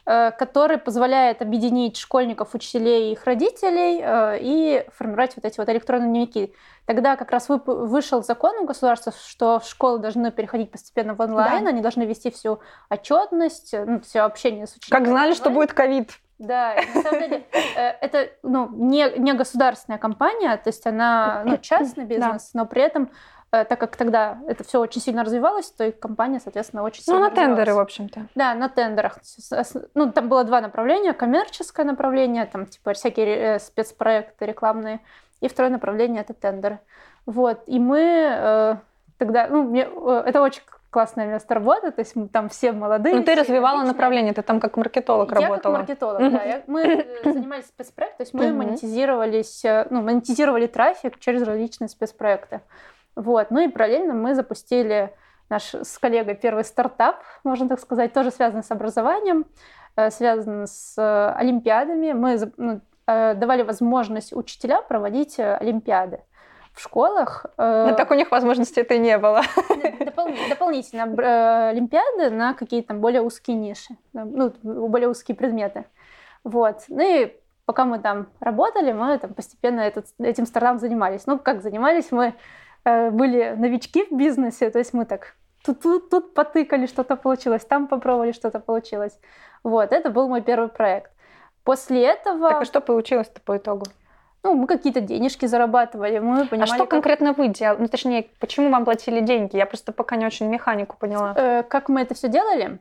который позволяет объединить школьников, учителей и их родителей и формировать вот эти вот электронные дневники. Тогда как раз вышел закон у государства, что школы должны переходить постепенно в онлайн, да. Они должны вести всю отчетность, ну, все общение с учениками. Как знали, что будет ковид. Да, на самом деле это ну, не, не государственная компания, то есть она ну, частный бизнес, да. Но при этом, так как тогда это все очень сильно развивалось, то и компания, соответственно, очень сильно развивалась. Ну, на тендеры, в общем-то. Да, на тендерах. Ну, там было два направления. Коммерческое направление, там типа всякие спецпроекты рекламные, и второе направление — это тендеры. Вот, и мы тогда, ну, мне, это очень классное место работы, то есть мы там все молодые. Ну, ты развивала отличные. Направление, ты там как маркетолог я работала. Я как маркетолог, mm-hmm. да. Я, мы занимались спецпроектом, то есть мы mm-hmm. монетизировались, ну, монетизировали трафик через различные спецпроекты. Вот. Ну и параллельно мы запустили наш с коллегой первый стартап, можно так сказать, тоже связанный с образованием, связанный с олимпиадами. Мы ну, давали возможность учителям проводить олимпиады в школах. Но так у них возможности это и не было. Допол- дополнительно олимпиады на какие-то там более узкие ниши, ну, более узкие предметы. Вот. Ну и пока мы там работали, мы там постепенно этот, этим стартапом занимались. Ну, как занимались? Мы э, были новички в бизнесе, то есть мы так тут, тут, тут потыкали, что-то получилось, там попробовали, что-то получилось. Вот. Это был мой первый проект. После этого... Так, а что получилось-то по итогу? Ну, мы какие-то денежки зарабатывали, мы понимали... А что как... конкретно вы делали? Ну, точнее, почему вам платили деньги? Я просто пока не очень механику поняла. Э, как мы это все делали?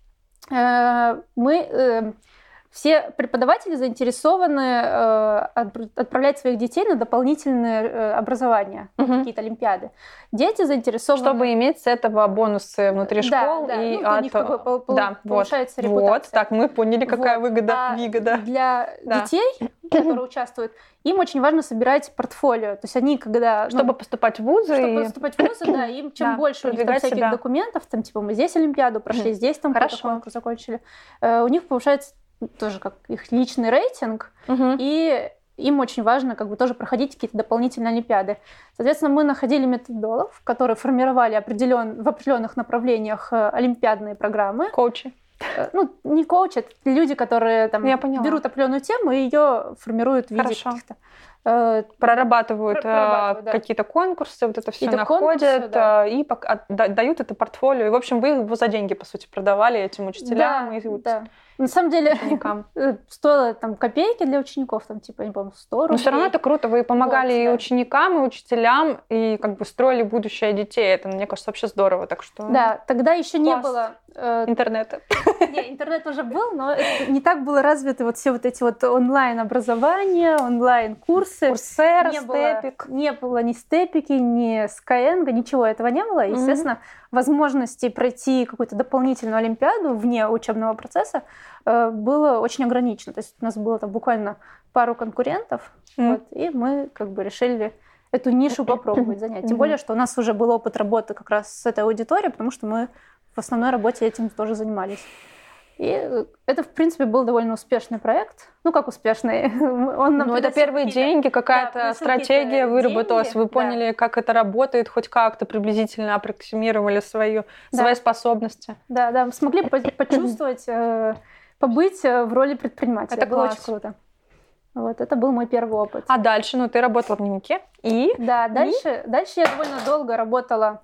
Э, мы... Э, все преподаватели заинтересованы э, отправлять своих детей на дополнительное э, образование, uh-huh. какие-то олимпиады. Дети заинтересованы... Чтобы иметь с этого бонусы внутри да, школ. Да, и ну, от... у них как бы пол- да, повышается вот. репутация. Вот, так, мы поняли, какая вот. выгода, а выгода. Для да. детей, которые участвуют, им очень важно собирать портфолио. То есть они, когда... Чтобы ну, поступать в вузы. Чтобы и... поступать в вузы, да, им чем да, больше у них там всяких себя. документов, там типа мы здесь олимпиаду прошли, здесь там какой-то конкурс закончили, э, у них повышается тоже как их личный рейтинг, угу. и им очень важно как бы тоже проходить какие-то дополнительные олимпиады. Соответственно, мы находили методологов, которые формировали определен... в определенных направлениях олимпиадные программы. Коучи. Ну, не коучи, это люди, которые там берут определенную тему и ее формируют в виде Хорошо. каких-то... Прорабатывают, прорабатывают какие-то да. конкурсы, вот это все какие-то находят да. и дают это портфолио. И, в общем, вы его за деньги, по сути, продавали этим учителям. Да, и да. На самом деле, стоило там копейки для учеников, там, типа, не помню, сто рублей. Но все равно это круто. Вы помогали вот, и да. ученикам, и учителям, и как бы строили будущее детей. Это, мне кажется, вообще здорово. Так что... Да, тогда еще не Класс. было... Э... интернета. Не, интернет уже был, но это не так было развито вот все вот эти вот онлайн-образования, онлайн-курсы. Курсера, не Степик. Было, не было ни Степики, ни Skyeng, ничего этого не было. Естественно, mm-hmm. возможности пройти какую-то дополнительную олимпиаду вне учебного процесса э, было очень ограничено. То есть у нас было там буквально пару конкурентов, mm-hmm. вот, и мы как бы решили эту нишу попробовать занять. Тем mm-hmm. более, что у нас уже был опыт работы как раз с этой аудиторией, потому что мы в основной работе этим тоже занимались. И это, в принципе, был довольно успешный проект. Ну, как успешный? Он ну, это первые деньги, какая-то да, стратегия выработалась. Деньги, вы поняли, да. как это работает, хоть как-то приблизительно аппроксимировали свою, да. свои способности. Да, да, смогли почувствовать, побыть в роли предпринимателя. Это было класс. очень круто. Вот, это был мой первый опыт. А дальше? Ну, ты работала в дневнике и? Да, дальше, и? дальше я довольно долго работала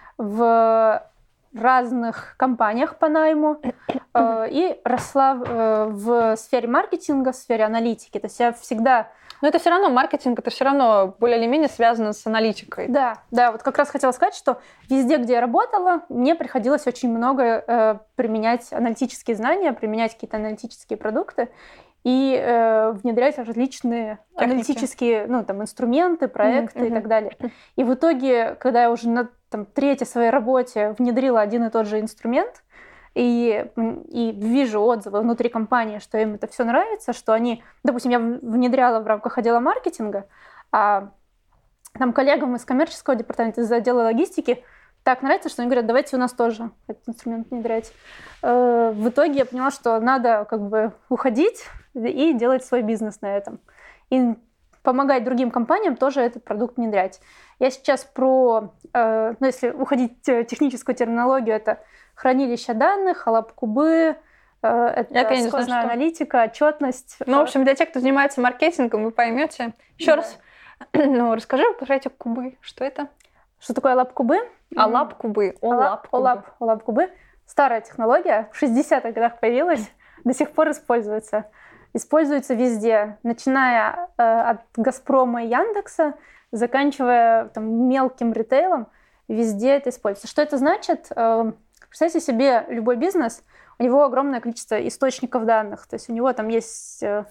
в разных компаниях по найму э, и росла э, в сфере маркетинга, в сфере аналитики. То есть я всегда... Но это все равно маркетинг, это все равно более или менее связано с аналитикой. Да, да, вот как раз хотела сказать, что везде, где я работала, мне приходилось очень много э, применять аналитические знания, применять какие-то аналитические продукты и э, внедрять различные Техники. аналитические ну, там, инструменты, проекты mm-hmm. и так далее. И в итоге, когда я уже на там, третьей своей работе внедрила один и тот же инструмент, и, и вижу отзывы внутри компании, что им это все нравится, что они, допустим, я внедряла в рамках отдела маркетинга, а там коллегам из коммерческого департамента, из отдела логистики так нравится, что они говорят, давайте у нас тоже этот инструмент внедрять. В итоге я поняла, что надо как бы уходить и делать свой бизнес на этом. И помогать другим компаниям тоже этот продукт внедрять. Я сейчас про, э, ну, если уходить в техническую терминологию, это хранилище данных, холлап-кубы, Это Я, сквозная аналитика, отчетность. Ну, в общем, для тех, кто занимается маркетингом, вы поймете. Еще да. раз, ну, расскажи про эти кубы. Что это? Что такое лаб-кубы? Алаб-кубы. Олаб-кубы. Олаб-кубы. Старая технология, в шестидесятых годах появилась, до сих пор используется. Используется везде, начиная э, от «Газпрома» и «Яндекса», заканчивая там, мелким ритейлом, везде это используется. Что это значит? Э, представьте себе любой бизнес, у него огромное количество источников данных. То есть у него там есть... Э,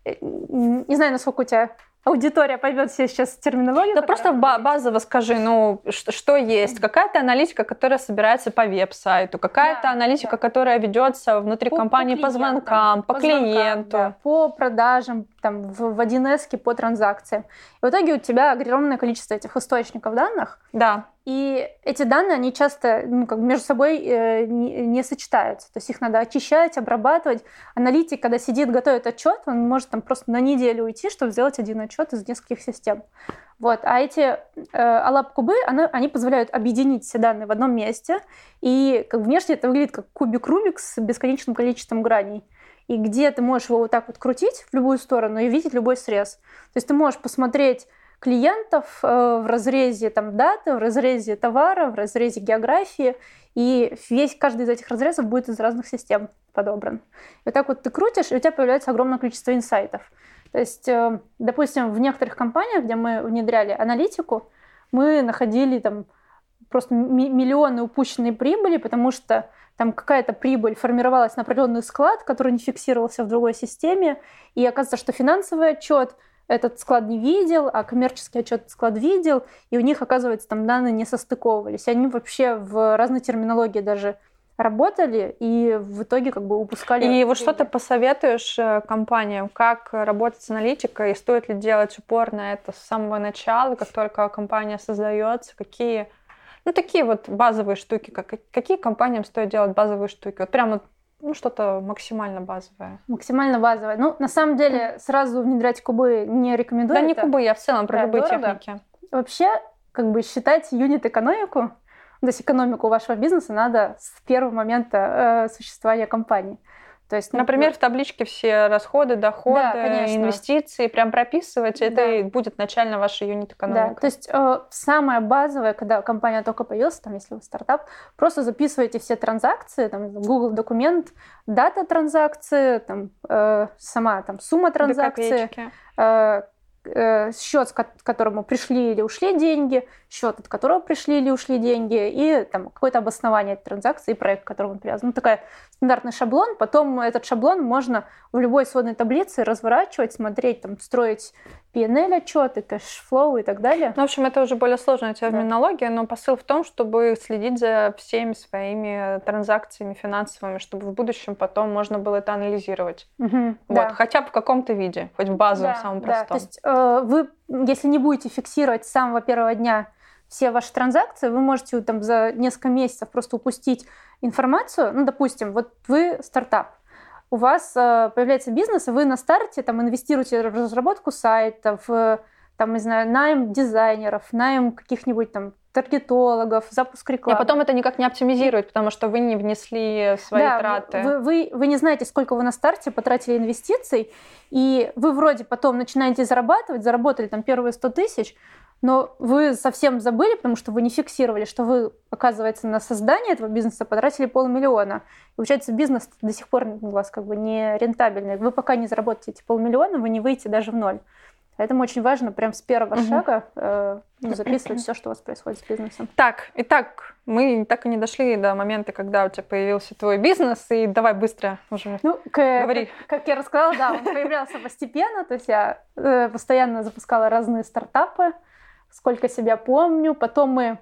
не знаю, насколько у тебя аудитория поймет все сейчас терминологию. Да просто базово скажи, ну, что, что есть. Какая-то аналитика, которая собирается по веб-сайту, какая-то да, аналитика, да. которая ведется внутри по, компании по, по звонкам, по, по клиенту. Звонкам, да, по продажам, там, в, в один эс по транзакциям. И в итоге у тебя огромное количество этих источников данных. Да. И эти данные, они часто ну, как бы между собой э, не, не сочетаются. То есть их надо очищать, обрабатывать. Аналитик, когда сидит, готовит отчет, он может там просто на неделю уйти, чтобы сделать один отчет из нескольких систем. Вот. А эти э, алаб-кубы, они, они позволяют объединить все данные в одном месте. И как внешне это выглядит как кубик Рубик с бесконечным количеством граней. И где ты можешь его вот так вот крутить в любую сторону и видеть любой срез. То есть ты можешь посмотреть клиентов в разрезе там, даты, в разрезе товара, в разрезе географии, и весь, каждый из этих разрезов будет из разных систем подобран. И вот так вот ты крутишь, и у тебя появляется огромное количество инсайтов. То есть, допустим, в некоторых компаниях, где мы внедряли аналитику, мы находили там просто миллионы упущенной прибыли, потому что там какая-то прибыль формировалась на определенный склад, который не фиксировался в другой системе, и оказывается, что финансовый отчет этот склад не видел, а коммерческий отчет этот склад видел, и у них, оказывается, там данные не состыковывались. И они вообще в разной терминологии даже работали, и в итоге как бы упускали... И вот что ты посоветуешь компаниям, как работать с аналитикой, и стоит ли делать упор на это с самого начала, как только компания создается, какие... Ну, такие вот базовые штуки, как, какие компаниям стоит делать базовые штуки? Вот прям вот ну, что-то максимально базовое. Максимально базовое. Ну, на самом деле, сразу внедрять кубы не рекомендую. Да, не кубы, я в целом про да, любые дорого. Техники. Вообще, как бы считать юнит-экономику, то есть экономику вашего бизнеса надо с первого момента э, существования компании. То есть, ну, например, в табличке все расходы, доходы, да, инвестиции прям прописывать, это да. и будет начально ваша юнит-экономика. Да, то есть э, самое базовое, когда компания только появилась, там, если вы стартап, просто записываете все транзакции, там, Google документ, дата транзакции, там, э, сама там, сумма транзакции, э, э, счет, к которому пришли или ушли деньги, счет, от которого пришли или ушли деньги, и там, какое-то обоснование этой транзакции и проект, к которому он привязан. Ну, такой стандартный шаблон. Потом этот шаблон можно в любой сводной таблице разворачивать, смотреть, там, строить пи эн эл-отчеты, кэшфлоу и так далее. Ну, в общем, это уже более сложная терминология, да. но посыл в том, чтобы следить за всеми своими транзакциями финансовыми, чтобы в будущем потом можно было это анализировать. Угу, вот, да. Хотя бы в каком-то виде, хоть в базовом, да, самом да. простом. То есть э, вы, если не будете фиксировать с самого первого дня все ваши транзакции, вы можете там за несколько месяцев просто упустить информацию. Ну, допустим, вот вы стартап, у вас э, появляется бизнес, и вы на старте там инвестируете в разработку сайта, в, там, не знаю, найм дизайнеров, найм каких-нибудь там таргетологов, запуск рекламы. И потом это никак не оптимизирует, потому что вы не внесли свои да, траты. Вы, вы, вы не знаете, сколько вы на старте потратили инвестиций, и вы вроде потом начинаете зарабатывать, заработали там первые сто тысяч, но вы совсем забыли, потому что вы не фиксировали, что вы, оказывается, на создание этого бизнеса потратили полмиллиона. И получается, бизнес до сих пор у вас как бы не рентабельный. Вы пока не заработаете эти полмиллиона, вы не выйдете даже в ноль. Поэтому очень важно прям с первого угу. шага э, записывать все, что у вас происходит с бизнесом. Так, итак, мы так и не дошли до момента, когда у тебя появился твой бизнес, и давай быстро уже ну, к, говори. Как, как я рассказала, да, он появлялся постепенно, то есть я э, постоянно запускала разные стартапы, сколько себя помню. Потом мы...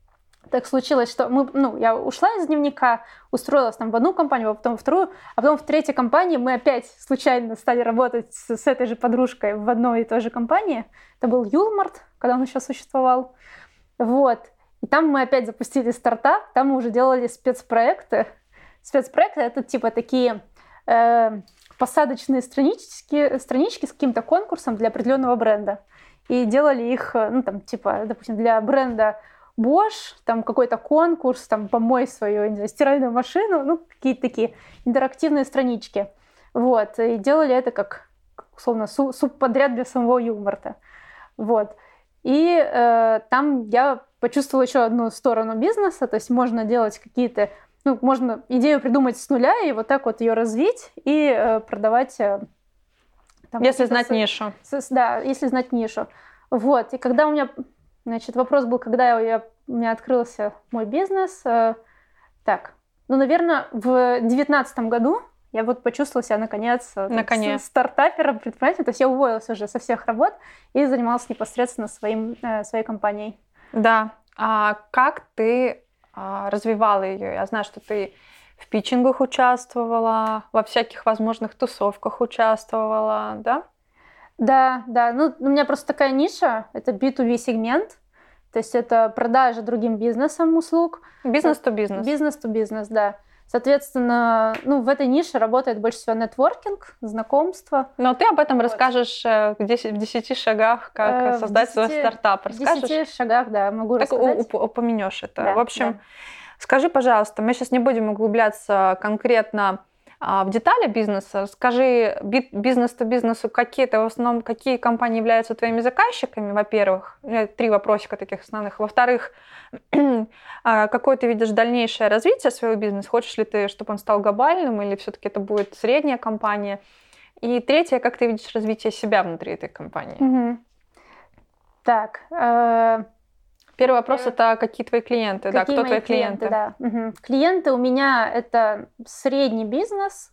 Так случилось, что мы, ну, я ушла из дневника, устроилась там в одну компанию, а потом во вторую, а потом в третьей компании мы опять случайно стали работать с, с этой же подружкой в одной и той же компании. Это был Юлмарт, когда он еще существовал. Вот. И там мы опять запустили стартап, там мы уже делали спецпроекты. Спецпроекты — это типа такие э, посадочные странички, странички с каким-то конкурсом для определенного бренда. И делали их, ну, там, типа, допустим, для бренда Bosch, там какой-то конкурс, там помой свою, не знаю, стиральную машину, ну, какие-то такие интерактивные странички. Вот, и делали это как, условно, субподряд для самого юмора. Вот. И э, там я почувствовала еще одну сторону бизнеса, то есть можно делать какие-то, ну, можно идею придумать с нуля и вот так вот ее развить и э, продавать. Э, там, если знать с... нишу. С, да, если знать нишу. Вот, и когда у меня, значит, вопрос был, когда я, у меня открылся мой бизнес, э, так, ну, наверное, в девятнадцатом году я вот почувствовала себя, наконец, наконец. стартапером, предпринимателем. То есть я уволилась уже со всех работ и занималась непосредственно своим, э, своей компанией. Да. А как ты а, развивала ее? Я знаю, что ты в питчингах участвовала, во всяких возможных тусовках участвовала, да? Да, да. Ну, у меня просто такая ниша, это би ту би сегмент. То есть это продажа другим бизнесам услуг. Бизнес-то-бизнес. Бизнес-то-бизнес, да. Соответственно, ну, в этой нише работает больше всего нетворкинг, знакомство. Но ты об этом вот. расскажешь в десяти шагах, как э, создать свой стартап. Расскажешь? В десяти шагах, да, могу так рассказать. Так упомянешь это. Да, в общем, да. Скажи, пожалуйста, мы сейчас не будем углубляться конкретно а, в детали бизнеса. Скажи, бизнес-то-бизнесу, какие-то в основном, какие компании являются твоими заказчиками, во-первых? Три вопросика таких основных. Во-вторых, какое ты видишь дальнейшее развитие своего бизнеса? Хочешь ли ты, чтобы он стал глобальным, или все-таки это будет средняя компания? И третье, как ты видишь развитие себя внутри этой компании? Угу. Так. Э- Первый вопрос э- это какие твои клиенты? Какие да, кто твои клиенты? клиенты? Да. Угу. Клиенты у меня это средний бизнес.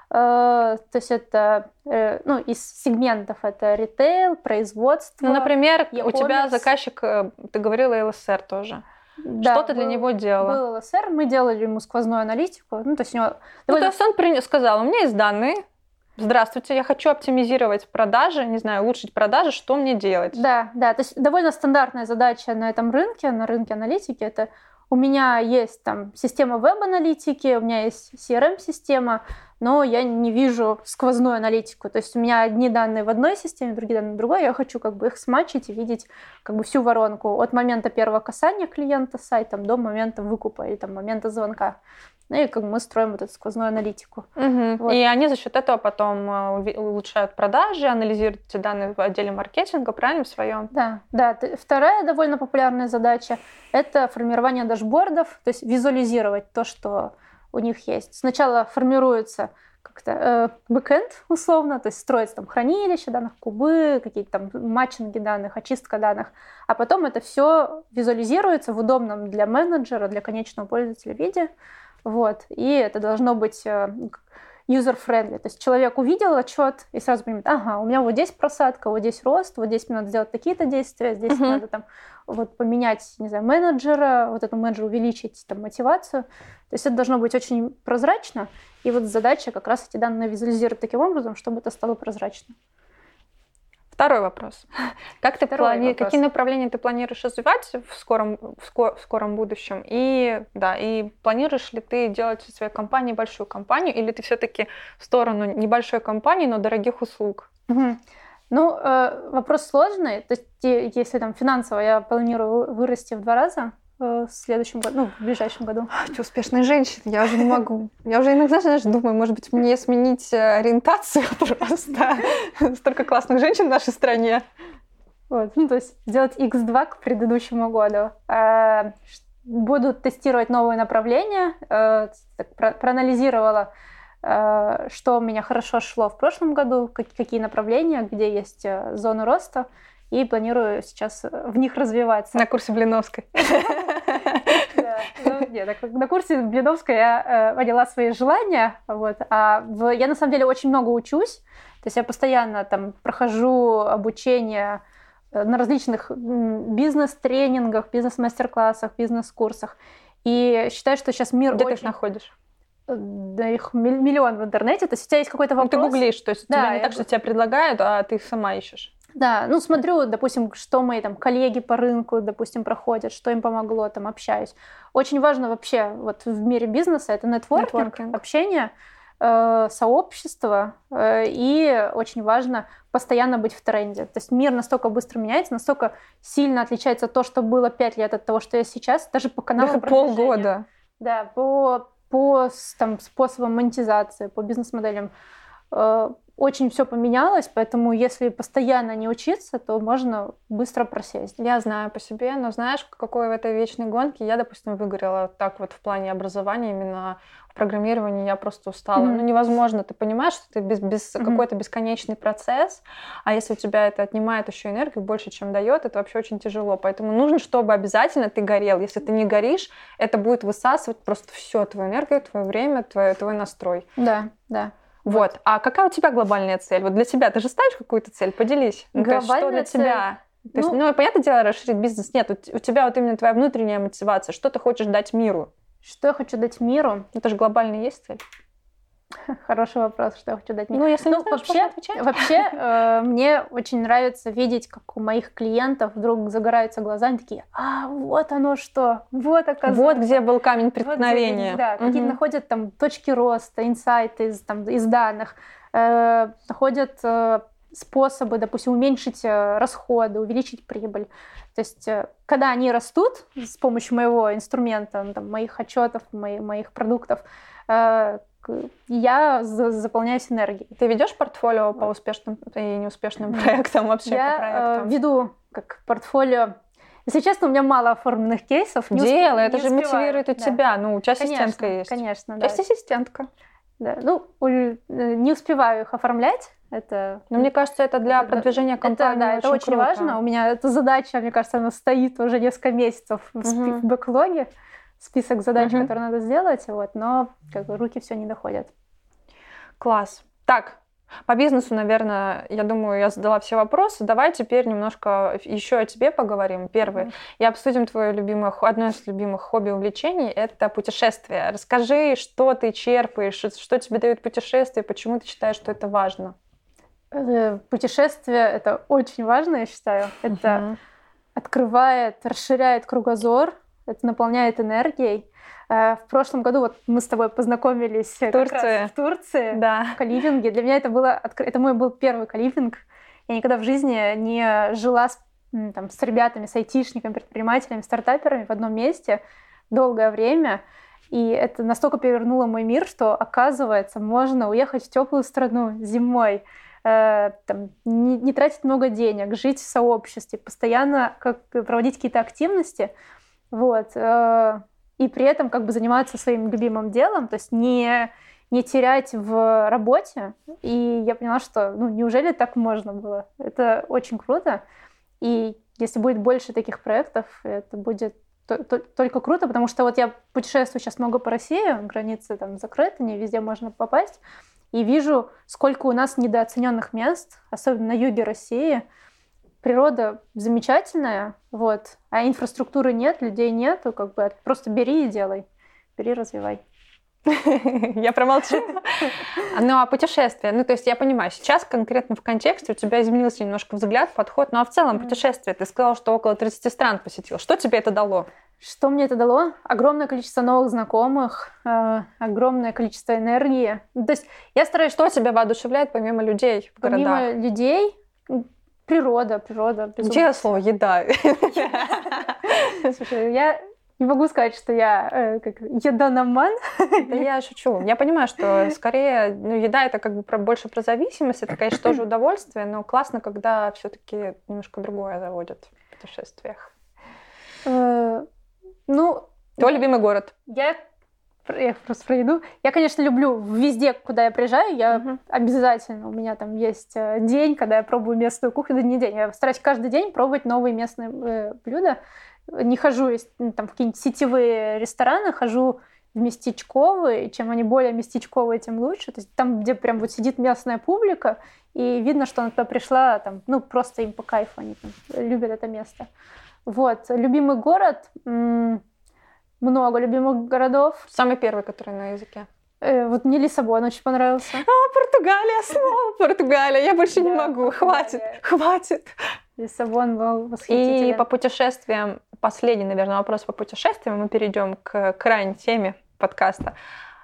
То есть это, ну, из сегментов это ритейл, производство. Ну, например, e-commerce. У тебя заказчик, ты говорила, эл эс эр тоже. Да, что ты был, для него делала? Был эл эс эр, мы делали ему сквозную аналитику. Ну, то есть, у него ну, довольно... то есть он при... сказал, у меня есть данные, здравствуйте, я хочу оптимизировать продажи, не знаю, улучшить продажи, что мне делать? Да, да, то есть довольно стандартная задача на этом рынке, на рынке аналитики, это у меня есть там система веб-аналитики, у меня есть си эр эм-система, но я не вижу сквозную аналитику. То есть у меня одни данные в одной системе, другие данные в другой, я хочу как бы их смачить и видеть как бы всю воронку от момента первого касания клиента с сайтом до момента выкупа или там момента звонка. Ну и как бы мы строим вот эту сквозную аналитику. Угу. Вот. И они за счет этого потом улучшают продажи, анализируют эти данные в отделе маркетинга, правильно, в своем? Да, да. Вторая довольно популярная задача – это формирование дашбордов, то есть визуализировать то, что у них есть. Сначала формируется как-то э, бэкэнд условно, то есть строится там хранилище данных, кубы, какие-то там матчинги данных, очистка данных, а потом это все визуализируется в удобном для менеджера, для конечного пользователя виде. Вот. И это должно быть user-friendly. То есть человек увидел отчет и сразу понимает, ага, у меня вот здесь просадка, вот здесь рост, вот здесь мне надо сделать такие-то действия, здесь uh-huh. надо там вот поменять, не знаю, менеджера, вот этому менеджеру увеличить там мотивацию. То есть это должно быть очень прозрачно. И вот задача как раз эти данные визуализировать таким образом, чтобы это стало прозрачно. Второй вопрос. Как ты Второй плани... вопрос. Какие направления ты планируешь развивать в скором, в, скор... в скором будущем? И, да, и планируешь ли ты делать из своей компании большую компанию, или ты все-таки в сторону небольшой компании, но дорогих услуг? Угу. Ну, э, вопрос сложный. То есть, если там финансово я планирую вырасти в два раза в следующем году, ну, в ближайшем году. Ты успешная женщина, я уже не могу. Я уже иногда, знаешь, думаю, может быть, мне сменить ориентацию просто. Столько классных женщин в нашей стране. Вот, ну, то есть сделать икс два к предыдущему году. Буду тестировать новые направления. Проанализировала, что у меня хорошо шло в прошлом году, какие направления, где есть зоны роста. И планирую сейчас в них развиваться. На курсе Блиновской. На курсе Блиновской я поняла свои желания. А я на самом деле очень много учусь. То есть я постоянно там прохожу обучение на различных бизнес-тренингах, бизнес-мастер-классах, бизнес-курсах. И считаю, что сейчас мир Где очень... ты их находишь? Да, их миллион в интернете. То есть у тебя есть какой-то вопрос... Ну, ты гуглишь, то есть да, тебя не так, что тебя предлагают, а ты их сама ищешь. Да, ну смотрю, допустим, что мои там коллеги по рынку, допустим, проходят, что им помогло, там общаюсь. Очень важно вообще вот в мире бизнеса это нетворкинг, нетворкинг. общение. э, сообщество, э, и очень важно постоянно быть в тренде. То есть мир настолько быстро меняется, настолько сильно отличается то, что было пять лет от того, что я сейчас, даже по каналам продвижения. Полгода. Да, по, по там, способам монетизации, по бизнес-моделям. Э, очень все поменялось, поэтому если постоянно не учиться, то можно быстро просесть. Я знаю по себе, но знаешь, какой в этой вечной гонке я, допустим, выгорела так вот в плане образования, именно в программировании я просто устала. Mm-hmm. Ну, невозможно. Ты понимаешь, что ты без, без mm-hmm. какой-то бесконечный процесс, а если у тебя это отнимает еще энергию больше, чем дает, это вообще очень тяжело. Поэтому нужно, чтобы обязательно ты горел. Если ты не горишь, это будет высасывать просто всю твою энергию, твое время, твой, твой настрой. Да, да. Вот. А какая у тебя глобальная цель? Вот для тебя ты же ставишь какую-то цель? Поделись. Глобальная ну, что для цель... тебя? То ну, есть, ну, понятное дело, расширить бизнес. Нет, у, у тебя вот именно твоя внутренняя мотивация. Что ты хочешь дать миру? Что я хочу дать миру? Это же глобальная есть цель. Хороший вопрос, что я хочу дать миру. Ну, если ну, не знаешь, вообще, отвечать. Вообще, э, мне очень нравится видеть, как у моих клиентов вдруг загораются глаза, они такие, а, вот оно что, вот оказывается. Вот где был камень преткновения. Вот, да, угу. какие-то находят там точки роста, инсайты из, там, из данных, э, находят э, способы, допустим, уменьшить э, расходы, увеличить прибыль. То есть, э, когда они растут с помощью моего инструмента, там, моих отчетов, моих, моих продуктов, э, я заполняюсь энергией. Ты ведешь портфолио по успешным и неуспешным проектам вообще? Я по проектам? Э, веду как портфолио. Если честно, у меня мало оформленных кейсов. Не Дело, усп... это не же успеваю. мотивирует и Да. тебя. Ну, у тебя Конечно, ассистентка есть. Конечно, да. Есть ассистентка. Да. Ну, не успеваю их оформлять. Это... Но мне кажется, это для это, продвижения компании это, да, очень это очень круто. важно. У меня эта задача, мне кажется, она стоит уже несколько месяцев в, спи- Угу. в бэклоге. Список задач, Угу. которые надо сделать, вот, но как бы руки все не доходят. Класс. Так, по бизнесу, наверное, я думаю, я задала все вопросы. Давай теперь немножко еще о тебе поговорим. Первый. Mm-hmm. И обсудим твое любимое, одно из любимых хобби, увлечений – это путешествия. Расскажи, что ты черпаешь, что тебе дают путешествия, почему ты считаешь, что это важно? Путешествие – это очень важно, я считаю. Это mm-hmm. открывает, расширяет кругозор, это наполняет энергией. В прошлом году вот мы с тобой познакомились в Турции, в, Турции да. в коливинге. Для меня это было это мой был первый коливинг. Я никогда в жизни не жила с, там, с ребятами, с айтишниками, предпринимателями, стартаперами в одном месте долгое время. И это настолько перевернуло мой мир, что, оказывается, можно уехать в теплую страну зимой, э, там, не, не тратить много денег, жить в сообществе, постоянно как, проводить какие-то активности. Вот. Э, И при этом как бы заниматься своим любимым делом, то есть не, не терять в работе. И я поняла, что ну, неужели так можно было? Это очень круто. И если будет больше таких проектов, это будет то, то, только круто, потому что вот я путешествую сейчас много по России, границы там закрыты, не везде можно попасть. И вижу, сколько у нас недооцененных мест, особенно на юге России. Природа замечательная, вот, а инфраструктуры нет, людей нету, как бы просто бери и делай, бери, развивай. Я промолчу. Ну, а путешествия, ну, то есть я понимаю, сейчас конкретно в контексте у тебя изменился немножко взгляд, подход, ну, а в целом путешествие, ты сказала, что около тридцати стран посетила. Что тебе это дало? Что мне это дало? Огромное количество новых знакомых, э, огромное количество энергии. То есть я стараюсь... Что тебя воодушевляет помимо людей в городах? Помимо людей... Природа, природа. Где слово еда? Слушай, я не могу сказать, что я э, как едономан. Да я шучу. Я понимаю, что скорее ну, еда это как бы про, больше про зависимость. Это, конечно, тоже удовольствие, но классно, когда все-таки немножко другое заводят в путешествиях. Э, ну, твой любимый город? Я Я просто про еду. Я, конечно, люблю везде, куда я приезжаю, я uh-huh. обязательно, у меня там есть день, когда я пробую местную кухню, да не день, я стараюсь каждый день пробовать новые местные э, блюда. Не хожу там, в какие-нибудь сетевые рестораны, хожу в местечковые, чем они более местечковые, тем лучше. То есть там, где прям вот сидит местная публика, и видно, что она туда пришла, там, ну, просто им по кайфу, они там любят это место. Вот. Любимый город... М- Много любимых городов. Самый первый, который на языке. Э, вот мне Лиссабон очень понравился. А, Португалия, снова Португалия. Я больше не могу. Хватит, хватит. Лиссабон был восхитителен. И по путешествиям, последний, наверное, вопрос по путешествиям. Мы перейдем к крайней теме подкаста.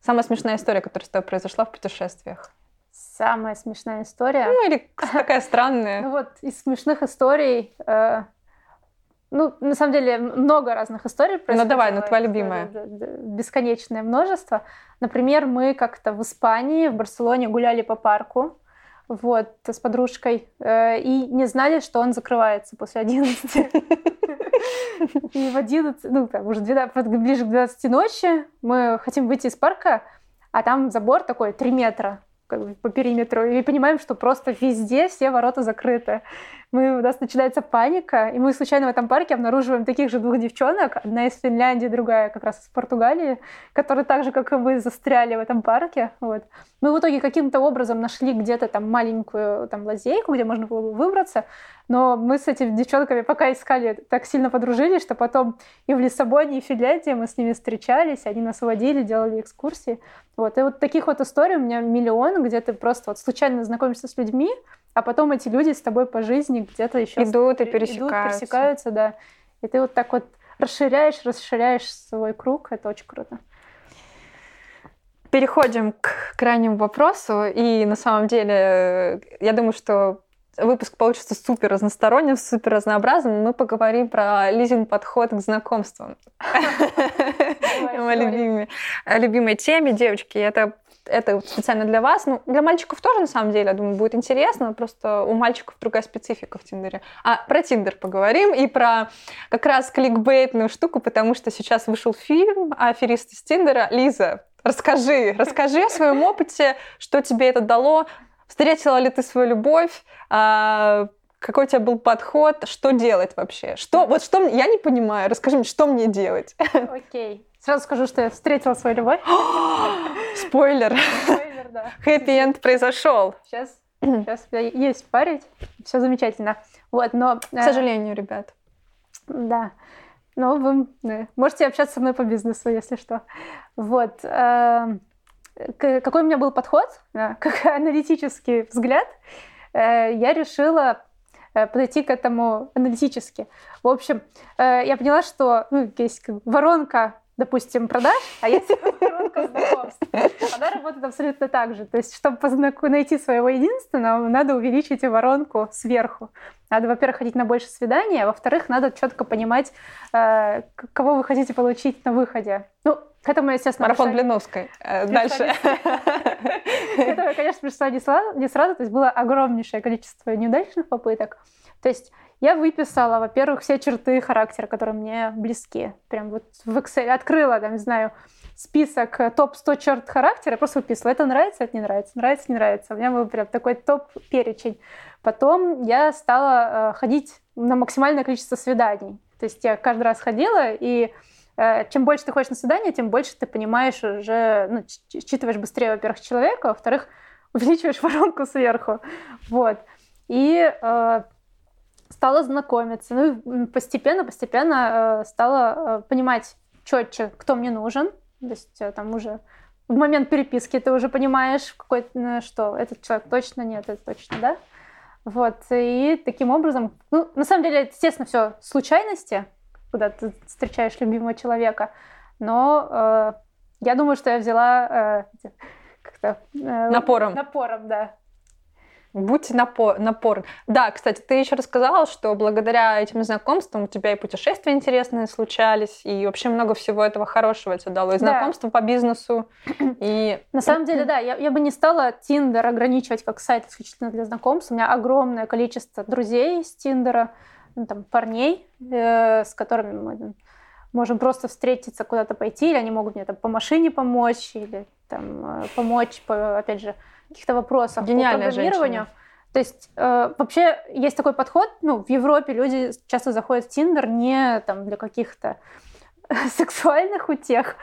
Самая смешная история, которая с тобой произошла в путешествиях. Самая смешная история. Ну, или такая странная. Ну вот, из смешных историй... Э, ну, на самом деле, много разных историй происходило. Ну, давай, ну, твоя любимая. Бесконечное множество. Например, мы как-то в Испании, в Барселоне гуляли по парку, вот, с подружкой, э, и не знали, что он закрывается после одиннадцати. И в одиннадцать, ну, там, уже ближе к двенадцати ночи мы хотим выйти из парка, а там забор такой три метра. Как бы по периметру, и понимаем, что просто везде все ворота закрыты. Мы, у нас начинается паника, и мы случайно в этом парке обнаруживаем таких же двух девчонок, одна из Финляндии, другая как раз из Португалии, которые так же, как и мы, застряли в этом парке. Вот. Мы в итоге каким-то образом нашли где-то там маленькую там, лазейку, где можно было бы выбраться, но мы с этими девчонками пока искали, так сильно подружились, что потом и в Лиссабоне, и в Финляндии мы с ними встречались, они нас водили, делали экскурсии. Вот. И вот таких вот историй у меня миллион, где ты просто вот случайно знакомишься с людьми, а потом эти люди с тобой по жизни где-то еще идут и идут, пересекаются. пересекаются, да. И ты вот так вот расширяешь, расширяешь свой круг. Это очень круто. Переходим к крайнему вопросу. И на самом деле, я думаю, что выпуск получится супер разносторонним, супер разнообразным. Мы поговорим про Лизин подход к знакомствам. Моя любимая теме, девочки. Это Это специально для вас. Ну, для мальчиков тоже, на самом деле, я думаю, будет интересно. Просто у мальчиков другая специфика в Тиндере. А про Тиндер поговорим и про как раз кликбейтную штуку, потому что сейчас вышел фильм «Аферист из Тиндера». Лиза, расскажи, расскажи о своем опыте, что тебе это дало, встретила ли ты свою любовь, какой у тебя был подход, что делать вообще? Что, вот что я не понимаю, расскажи мне, что мне делать? Окей. Сразу скажу, что я встретила свою любовь. Спойлер. Спойлер, да. Хэппи-энд произошел. Сейчас, сейчас есть парень, все замечательно. Вот, но... К сожалению, ребят. Да. Но вы да, можете общаться со мной по бизнесу, если что. Вот. Какой у меня был подход, как аналитический взгляд, я решила подойти к этому аналитически. В общем, я поняла, что ну, есть воронка, допустим, продаж, а есть воронка знакомств. Она работает абсолютно так же. То есть, чтобы познаку- найти своего единственного, надо увеличить воронку сверху. Надо, во-первых, ходить на больше свиданий, а во-вторых, надо четко понимать, э, кого вы хотите получить на выходе. Ну, к этому, естественно... Марафон пришла... Блиновской. Э, дальше. К этому я, конечно, пришла не сразу, не сразу. То есть, было огромнейшее количество неудачных попыток. То есть, я выписала, во-первых, все черты характера, которые мне близки. Прям вот в Excel открыла, там, не знаю, список топ сто черт характера, просто выписала. Это нравится, это не нравится, нравится, не нравится. У меня был прям такой топ-перечень. Потом я стала э, ходить на максимальное количество свиданий. То есть я каждый раз ходила, и э, чем больше ты ходишь на свидание, тем больше ты понимаешь уже, ну, считываешь быстрее, во-первых, человека, во-вторых, увеличиваешь воронку сверху. Вот. И... Э, стала знакомиться. Ну и постепенно-постепенно э, стала э, понимать четче, кто мне нужен. То есть э, там уже в момент переписки ты уже понимаешь, какой, э, что этот человек точно нет, это точно, да? Вот. И таким образом... Ну, на самом деле, это, естественно, все случайности, когда ты встречаешь любимого человека. Но э, я думаю, что я взяла э, как-то... Э, напором. Напором, да. Будьте напор, напор. Да, кстати, ты еще рассказала, что благодаря этим знакомствам у тебя и путешествия интересные случались, и вообще много всего этого хорошего тебе дало. И знакомства да. по бизнесу. И... На самом деле, да, я, я бы не стала Tinder ограничивать как сайт исключительно для знакомств. У меня огромное количество друзей с Тиндера, ну, там, парней, э, с которыми мы можем просто встретиться, куда-то пойти, или они могут мне там по машине помочь, или там помочь, по, опять же, каких-то вопросах Гениальная по программированию. Женщина. То есть э, вообще есть такой подход, ну, в Европе люди часто заходят в Тиндер не там, для каких-то сексуальных утех,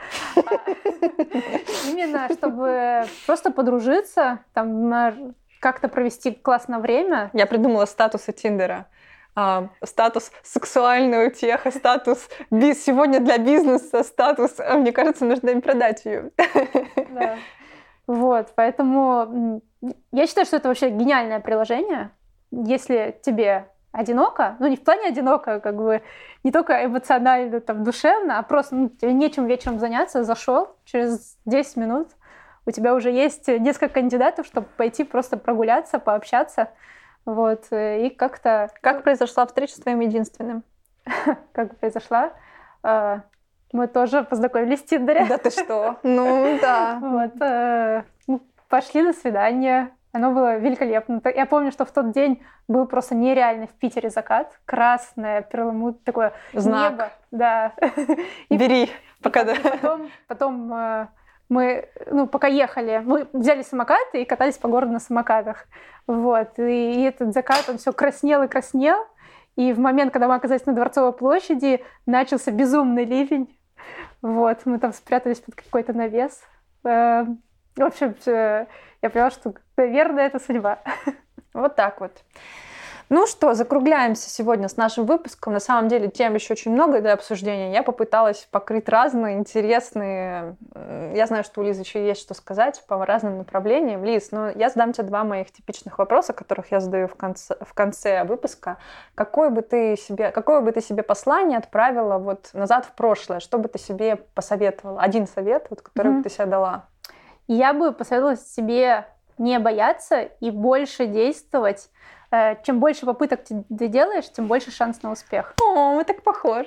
именно чтобы просто подружиться, там, как-то провести классное время. Я придумала статусы Тиндера. Uh, статус сексуальная утеха, статус биз, сегодня для бизнеса, статус, мне кажется, нужно им продать ее. Да. Вот, поэтому я считаю, что это вообще гениальное приложение. Если тебе одиноко, ну не в плане одиноко, как бы не только эмоционально, там, душевно, а просто ну, тебе нечем вечером заняться, зашел, через десять минут у тебя уже есть несколько кандидатов, чтобы пойти просто прогуляться, пообщаться, вот, и как-то... Как произошла встреча с твоим единственным? Как произошла? Мы тоже познакомились в Тиндере. Да ты что? Ну, да. Вот, пошли на свидание. Оно было великолепно. Я помню, что в тот день был просто нереальный в Питере закат. Красное, перламутровое, такое знак. Небо. Да. И бери, пока да. Потом, потом э, мы, ну, пока ехали, мы взяли самокаты и катались по городу на самокатах. Вот. И, и этот закат, он все краснел и краснел. И в момент, когда мы оказались на Дворцовой площади, начался безумный ливень. Вот. Мы там спрятались под какой-то навес. Э, в общем, я поняла, что, наверное, это судьба. Вот так вот. Ну что, закругляемся сегодня с нашим выпуском. На самом деле тем еще очень много для обсуждения. Я попыталась покрыть разные интересные... Я знаю, что у Лизы еще есть что сказать по разным направлениям. Лиз, ну я задам тебе два моих типичных вопроса, которых я задаю в конце, в конце выпуска. Какое бы ты себе, какое бы ты себе послание отправила вот назад в прошлое? Что бы ты себе посоветовала? Один совет, вот, который mm-hmm. бы ты себе дала. Я бы посоветовала себе не бояться и больше действовать. Чем больше попыток ты делаешь, тем больше шанс на успех. О, мы так похожи.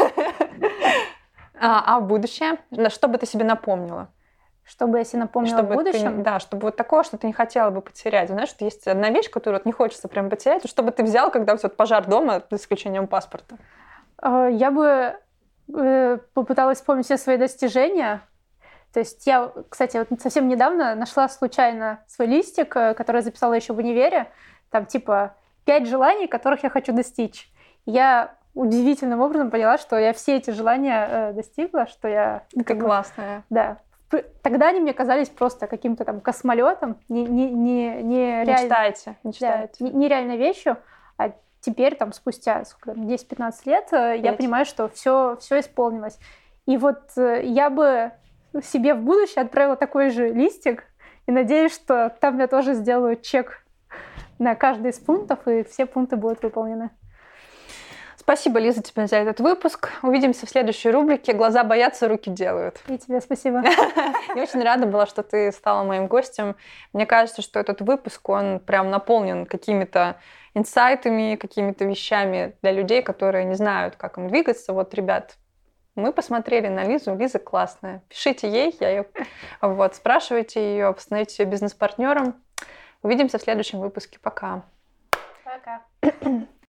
А, а в будущее? Что бы ты себе напомнила? Что бы я себе напомнила чтобы в будущем? Ты, да, чтобы вот такое, что ты не хотела бы потерять. Знаешь, что есть одна вещь, которую вот не хочется прям потерять, что бы ты взял, когда у тебя пожар дома, за исключением паспорта? Я бы попыталась вспомнить все свои достижения. То есть я, кстати, вот совсем недавно нашла случайно свой листик, который я записала еще в универе. Там типа пять желаний, которых я хочу достичь. Я удивительным образом поняла, что я все эти желания э, достигла, что я... Как классная. Да. Тогда они мне казались просто каким-то там космолетом, не, не, не, не реально... Мечтаете, мечтаете. Да, нереальной вещью. А теперь, там, спустя десять-пятнадцать лет, э, я понимаю, что все, все исполнилось. И вот э, я бы себе в будущее отправила такой же листик и надеюсь, что там я тоже сделаю чек на каждый из пунктов, и все пункты будут выполнены. Спасибо, Лиза, тебе за этот выпуск. Увидимся в следующей рубрике «Глаза боятся, руки делают». И тебе спасибо. Я очень рада была, что ты стала моим гостем. Мне кажется, что этот выпуск, он прям наполнен какими-то инсайтами, какими-то вещами для людей, которые не знают, как им двигаться. Вот, ребят, мы посмотрели на Лизу. Лиза классная. Пишите ей, я ее... Вот, спрашивайте ее, становитесь ее бизнес-партнером. Увидимся в следующем выпуске. Пока. Пока.